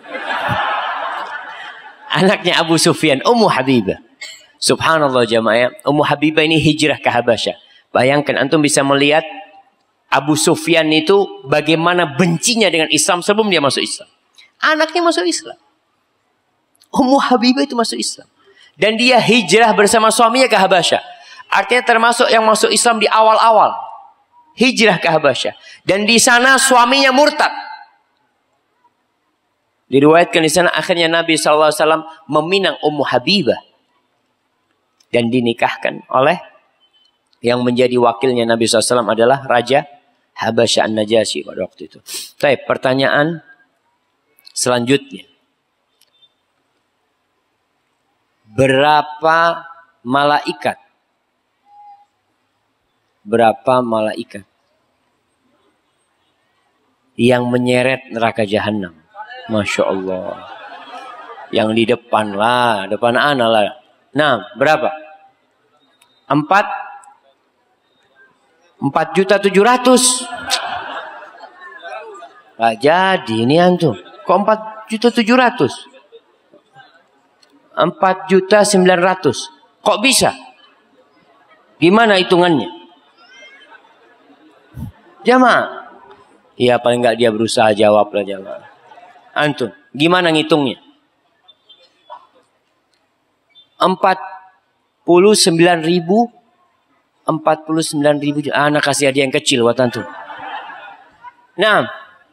Anaknya Abu Sufyan, Ummu Habibah. Subhanallah jamaah. Ummu Habibah ini hijrah ke Habasyah. Bayangkan antum bisa melihat Abu Sufyan itu bagaimana bencinya dengan Islam sebelum dia masuk Islam. Anaknya masuk Islam. Ummu Habibah itu masuk Islam. Dan dia hijrah bersama suaminya ke Habasyah. Artinya termasuk yang masuk Islam di awal-awal. Hijrah ke Habasyah. Dan di sana suaminya murtad. Diriwayatkan di sana akhirnya Nabi shallallahu alaihi wasallam meminang Ummu Habibah. Dan dinikahkan oleh yang menjadi wakilnya Nabi shallallahu alaihi wasallam adalah Raja Habasyah An-Najasyi pada waktu itu. Baik, pertanyaan selanjutnya. Berapa malaikat? Berapa malaikat yang menyeret neraka jahanam? Masya Allah. Yang di depan lah, depan ana lah. Nah, berapa? Empat? Empat juta tujuh ratus. Gak jadi ini antum. Kok empat juta tujuh ratus? Empat juta sembilan ratus. Kok bisa? Gimana hitungannya? Jamaah. Ya paling nggak dia berusaha jawab lah jamaah. Antum, gimana ngitungnya? Empat puluh sembilan ribu, empat puluh sembilan ribu. Anak kasih hadiah yang kecil buat antum. Nah,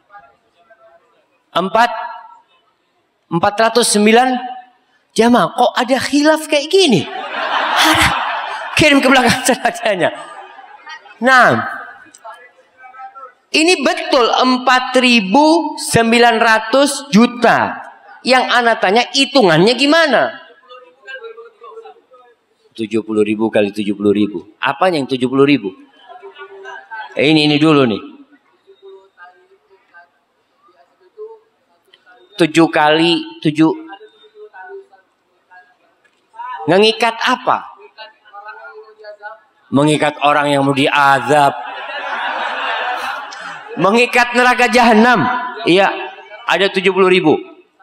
empat, empat ratus sembilan. Jamaah, kok ada khilaf kayak gini? Kirim ke belakang saja. Nah. Ini betul empat ribu sembilan ratus juta. Yang ana tanya hitungannya gimana? tujuh puluh ribu kali tujuh puluh ribu. Apanya yang tujuh puluh ribu? Eh, ini ini dulu nih. tujuh kali tujuh. Mengikat apa? Mengikat orang yang mau diazab. Mengikat neraka jahanam. Iya, ada tujuh puluh ribu.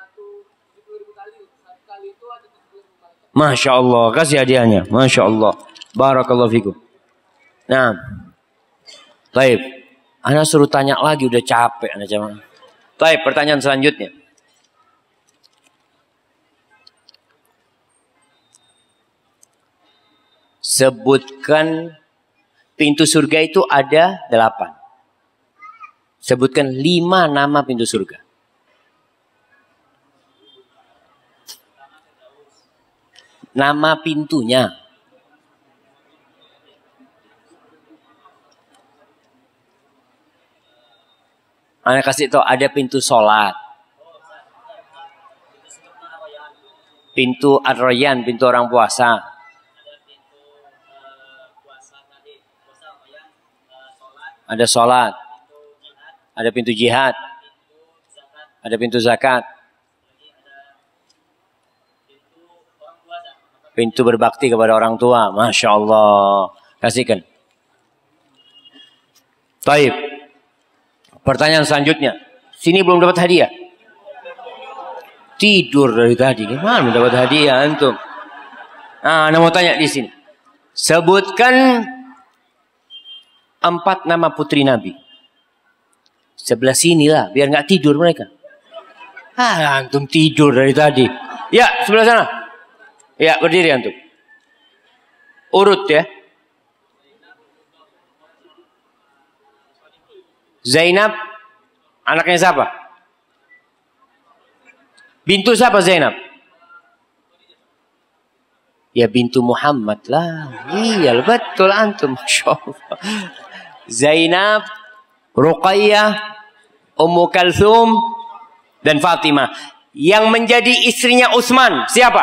Masya Allah, kasih hadiahnya. Masya Allah. Barakallahu fikum. Nah, baik. Ana suruh tanya lagi, udah capek. Ana cuman. Baik, pertanyaan selanjutnya. Sebutkan pintu surga itu ada delapan. Sebutkan lima nama pintu surga. Nama pintunya. Ana kasih tahu ada pintu sholat. Pintu Ar-Rayyan, pintu orang puasa. Ada sholat. Ada pintu jihad. Ada pintu zakat. Pintu berbakti kepada orang tua. Masya Allah. Kasihkan. Taib. Pertanyaan selanjutnya. Sini belum dapat hadiah. Tidur dari tadi. Gimana dapat hadiah antum? Nah, Anda mau tanya di sini. Sebutkan empat nama putri Nabi. Sebelah sini lah, biar nggak tidur mereka. Ah, antum tidur dari tadi. Ya, sebelah sana. Ya, berdiri antum. Urut ya. Zainab, Anaknya siapa? Bintu siapa Zainab? Ya bintu Muhammad lah. Iya betul antum. Masya Allah. Zainab, Ruqayyah, Ummu Kalthum, dan Fatimah. Yang menjadi istrinya Utsman siapa?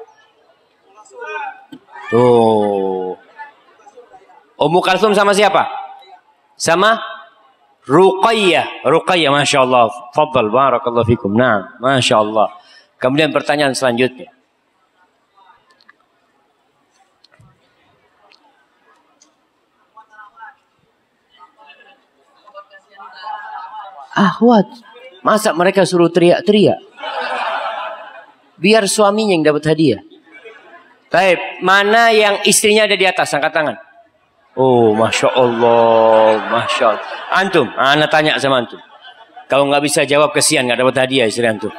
Tuh. Ummu Kalthum sama siapa? Sama Ruqayyah. Ruqayyah, Masya Allah. Fadal, barakallahu fikum. Nah, Masya Allah. Kemudian pertanyaan selanjutnya. Ahwat. Masa mereka suruh teriak-teriak? Biar suaminya yang dapat hadiah. Baik, mana yang istrinya ada di atas? Angkat tangan. Oh, Masya Allah. Masya Allah. Antum, anak tanya sama antum. Kalau nggak bisa jawab, kesian nggak dapat hadiah istri antum.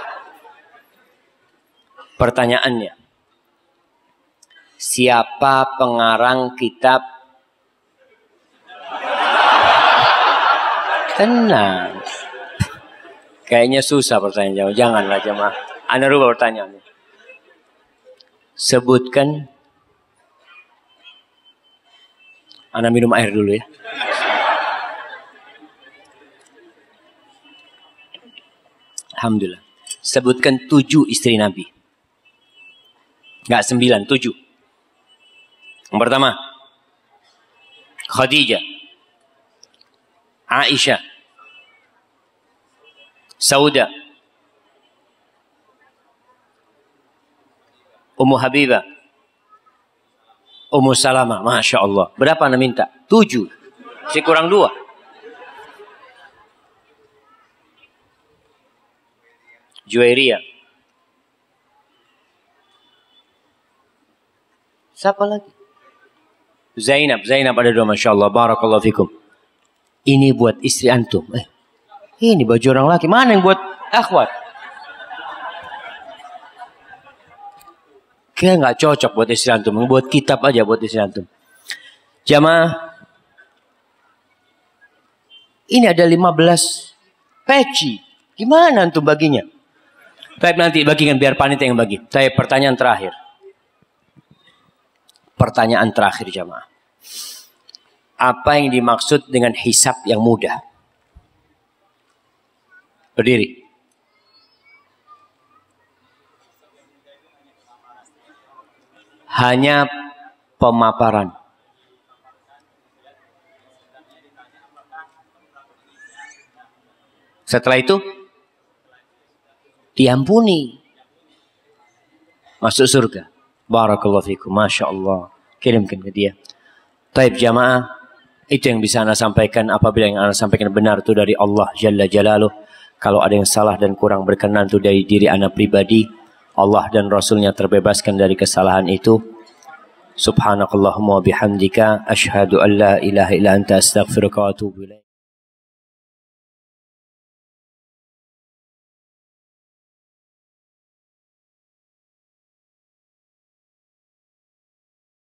Pertanyaannya. Siapa pengarang kitab? Tenang. Kayaknya susah pertanyaan jawab. Janganlah jemaah. Anda rubah pertanyaannya. Sebutkan. Anda minum air dulu ya. Alhamdulillah. Sebutkan tujuh istri Nabi. Enggak sembilan, tujuh. Yang pertama. Khadijah. Aisyah, Sauda, Ummu Habibah, Ummu Salamah. Masya Allah. Berapa anda minta? Tujuh. Si kurang dua. Juwairiyah. Siapa lagi? Zainab. Zainab ada dua. Masya Allah. Barakallahu fikum. Ini buat istri antum. Eh, ini baju orang laki. Mana yang buat akhwat? Kayak nggak cocok buat istri antum. Buat kitab aja buat istri antum. Jamaah. Ini ada lima belas peci. Gimana antum baginya? Baik, nanti bagikan biar panitia yang bagi. Saya pertanyaan terakhir. Pertanyaan terakhir jamaah. Apa yang dimaksud dengan hisab yang mudah? Berdiri. Hanya pemaparan. Setelah itu diampuni. Masuk surga. Barakallahu fikum. Masya Allah. Kirimkan ke dia. Taib jamaah. Itu yang bisa anda sampaikan. Apabila yang anda sampaikan benar itu dari Allah Jalla Jalaluh. Kalau ada yang salah dan kurang berkenan itu dari diri anda pribadi. Allah dan Rasulnya terbebaskan dari kesalahan itu. Subhanakallahumma bihamdika. Ashhadu an la ilaha illa anta astaghfiruka wa atubu ilaik.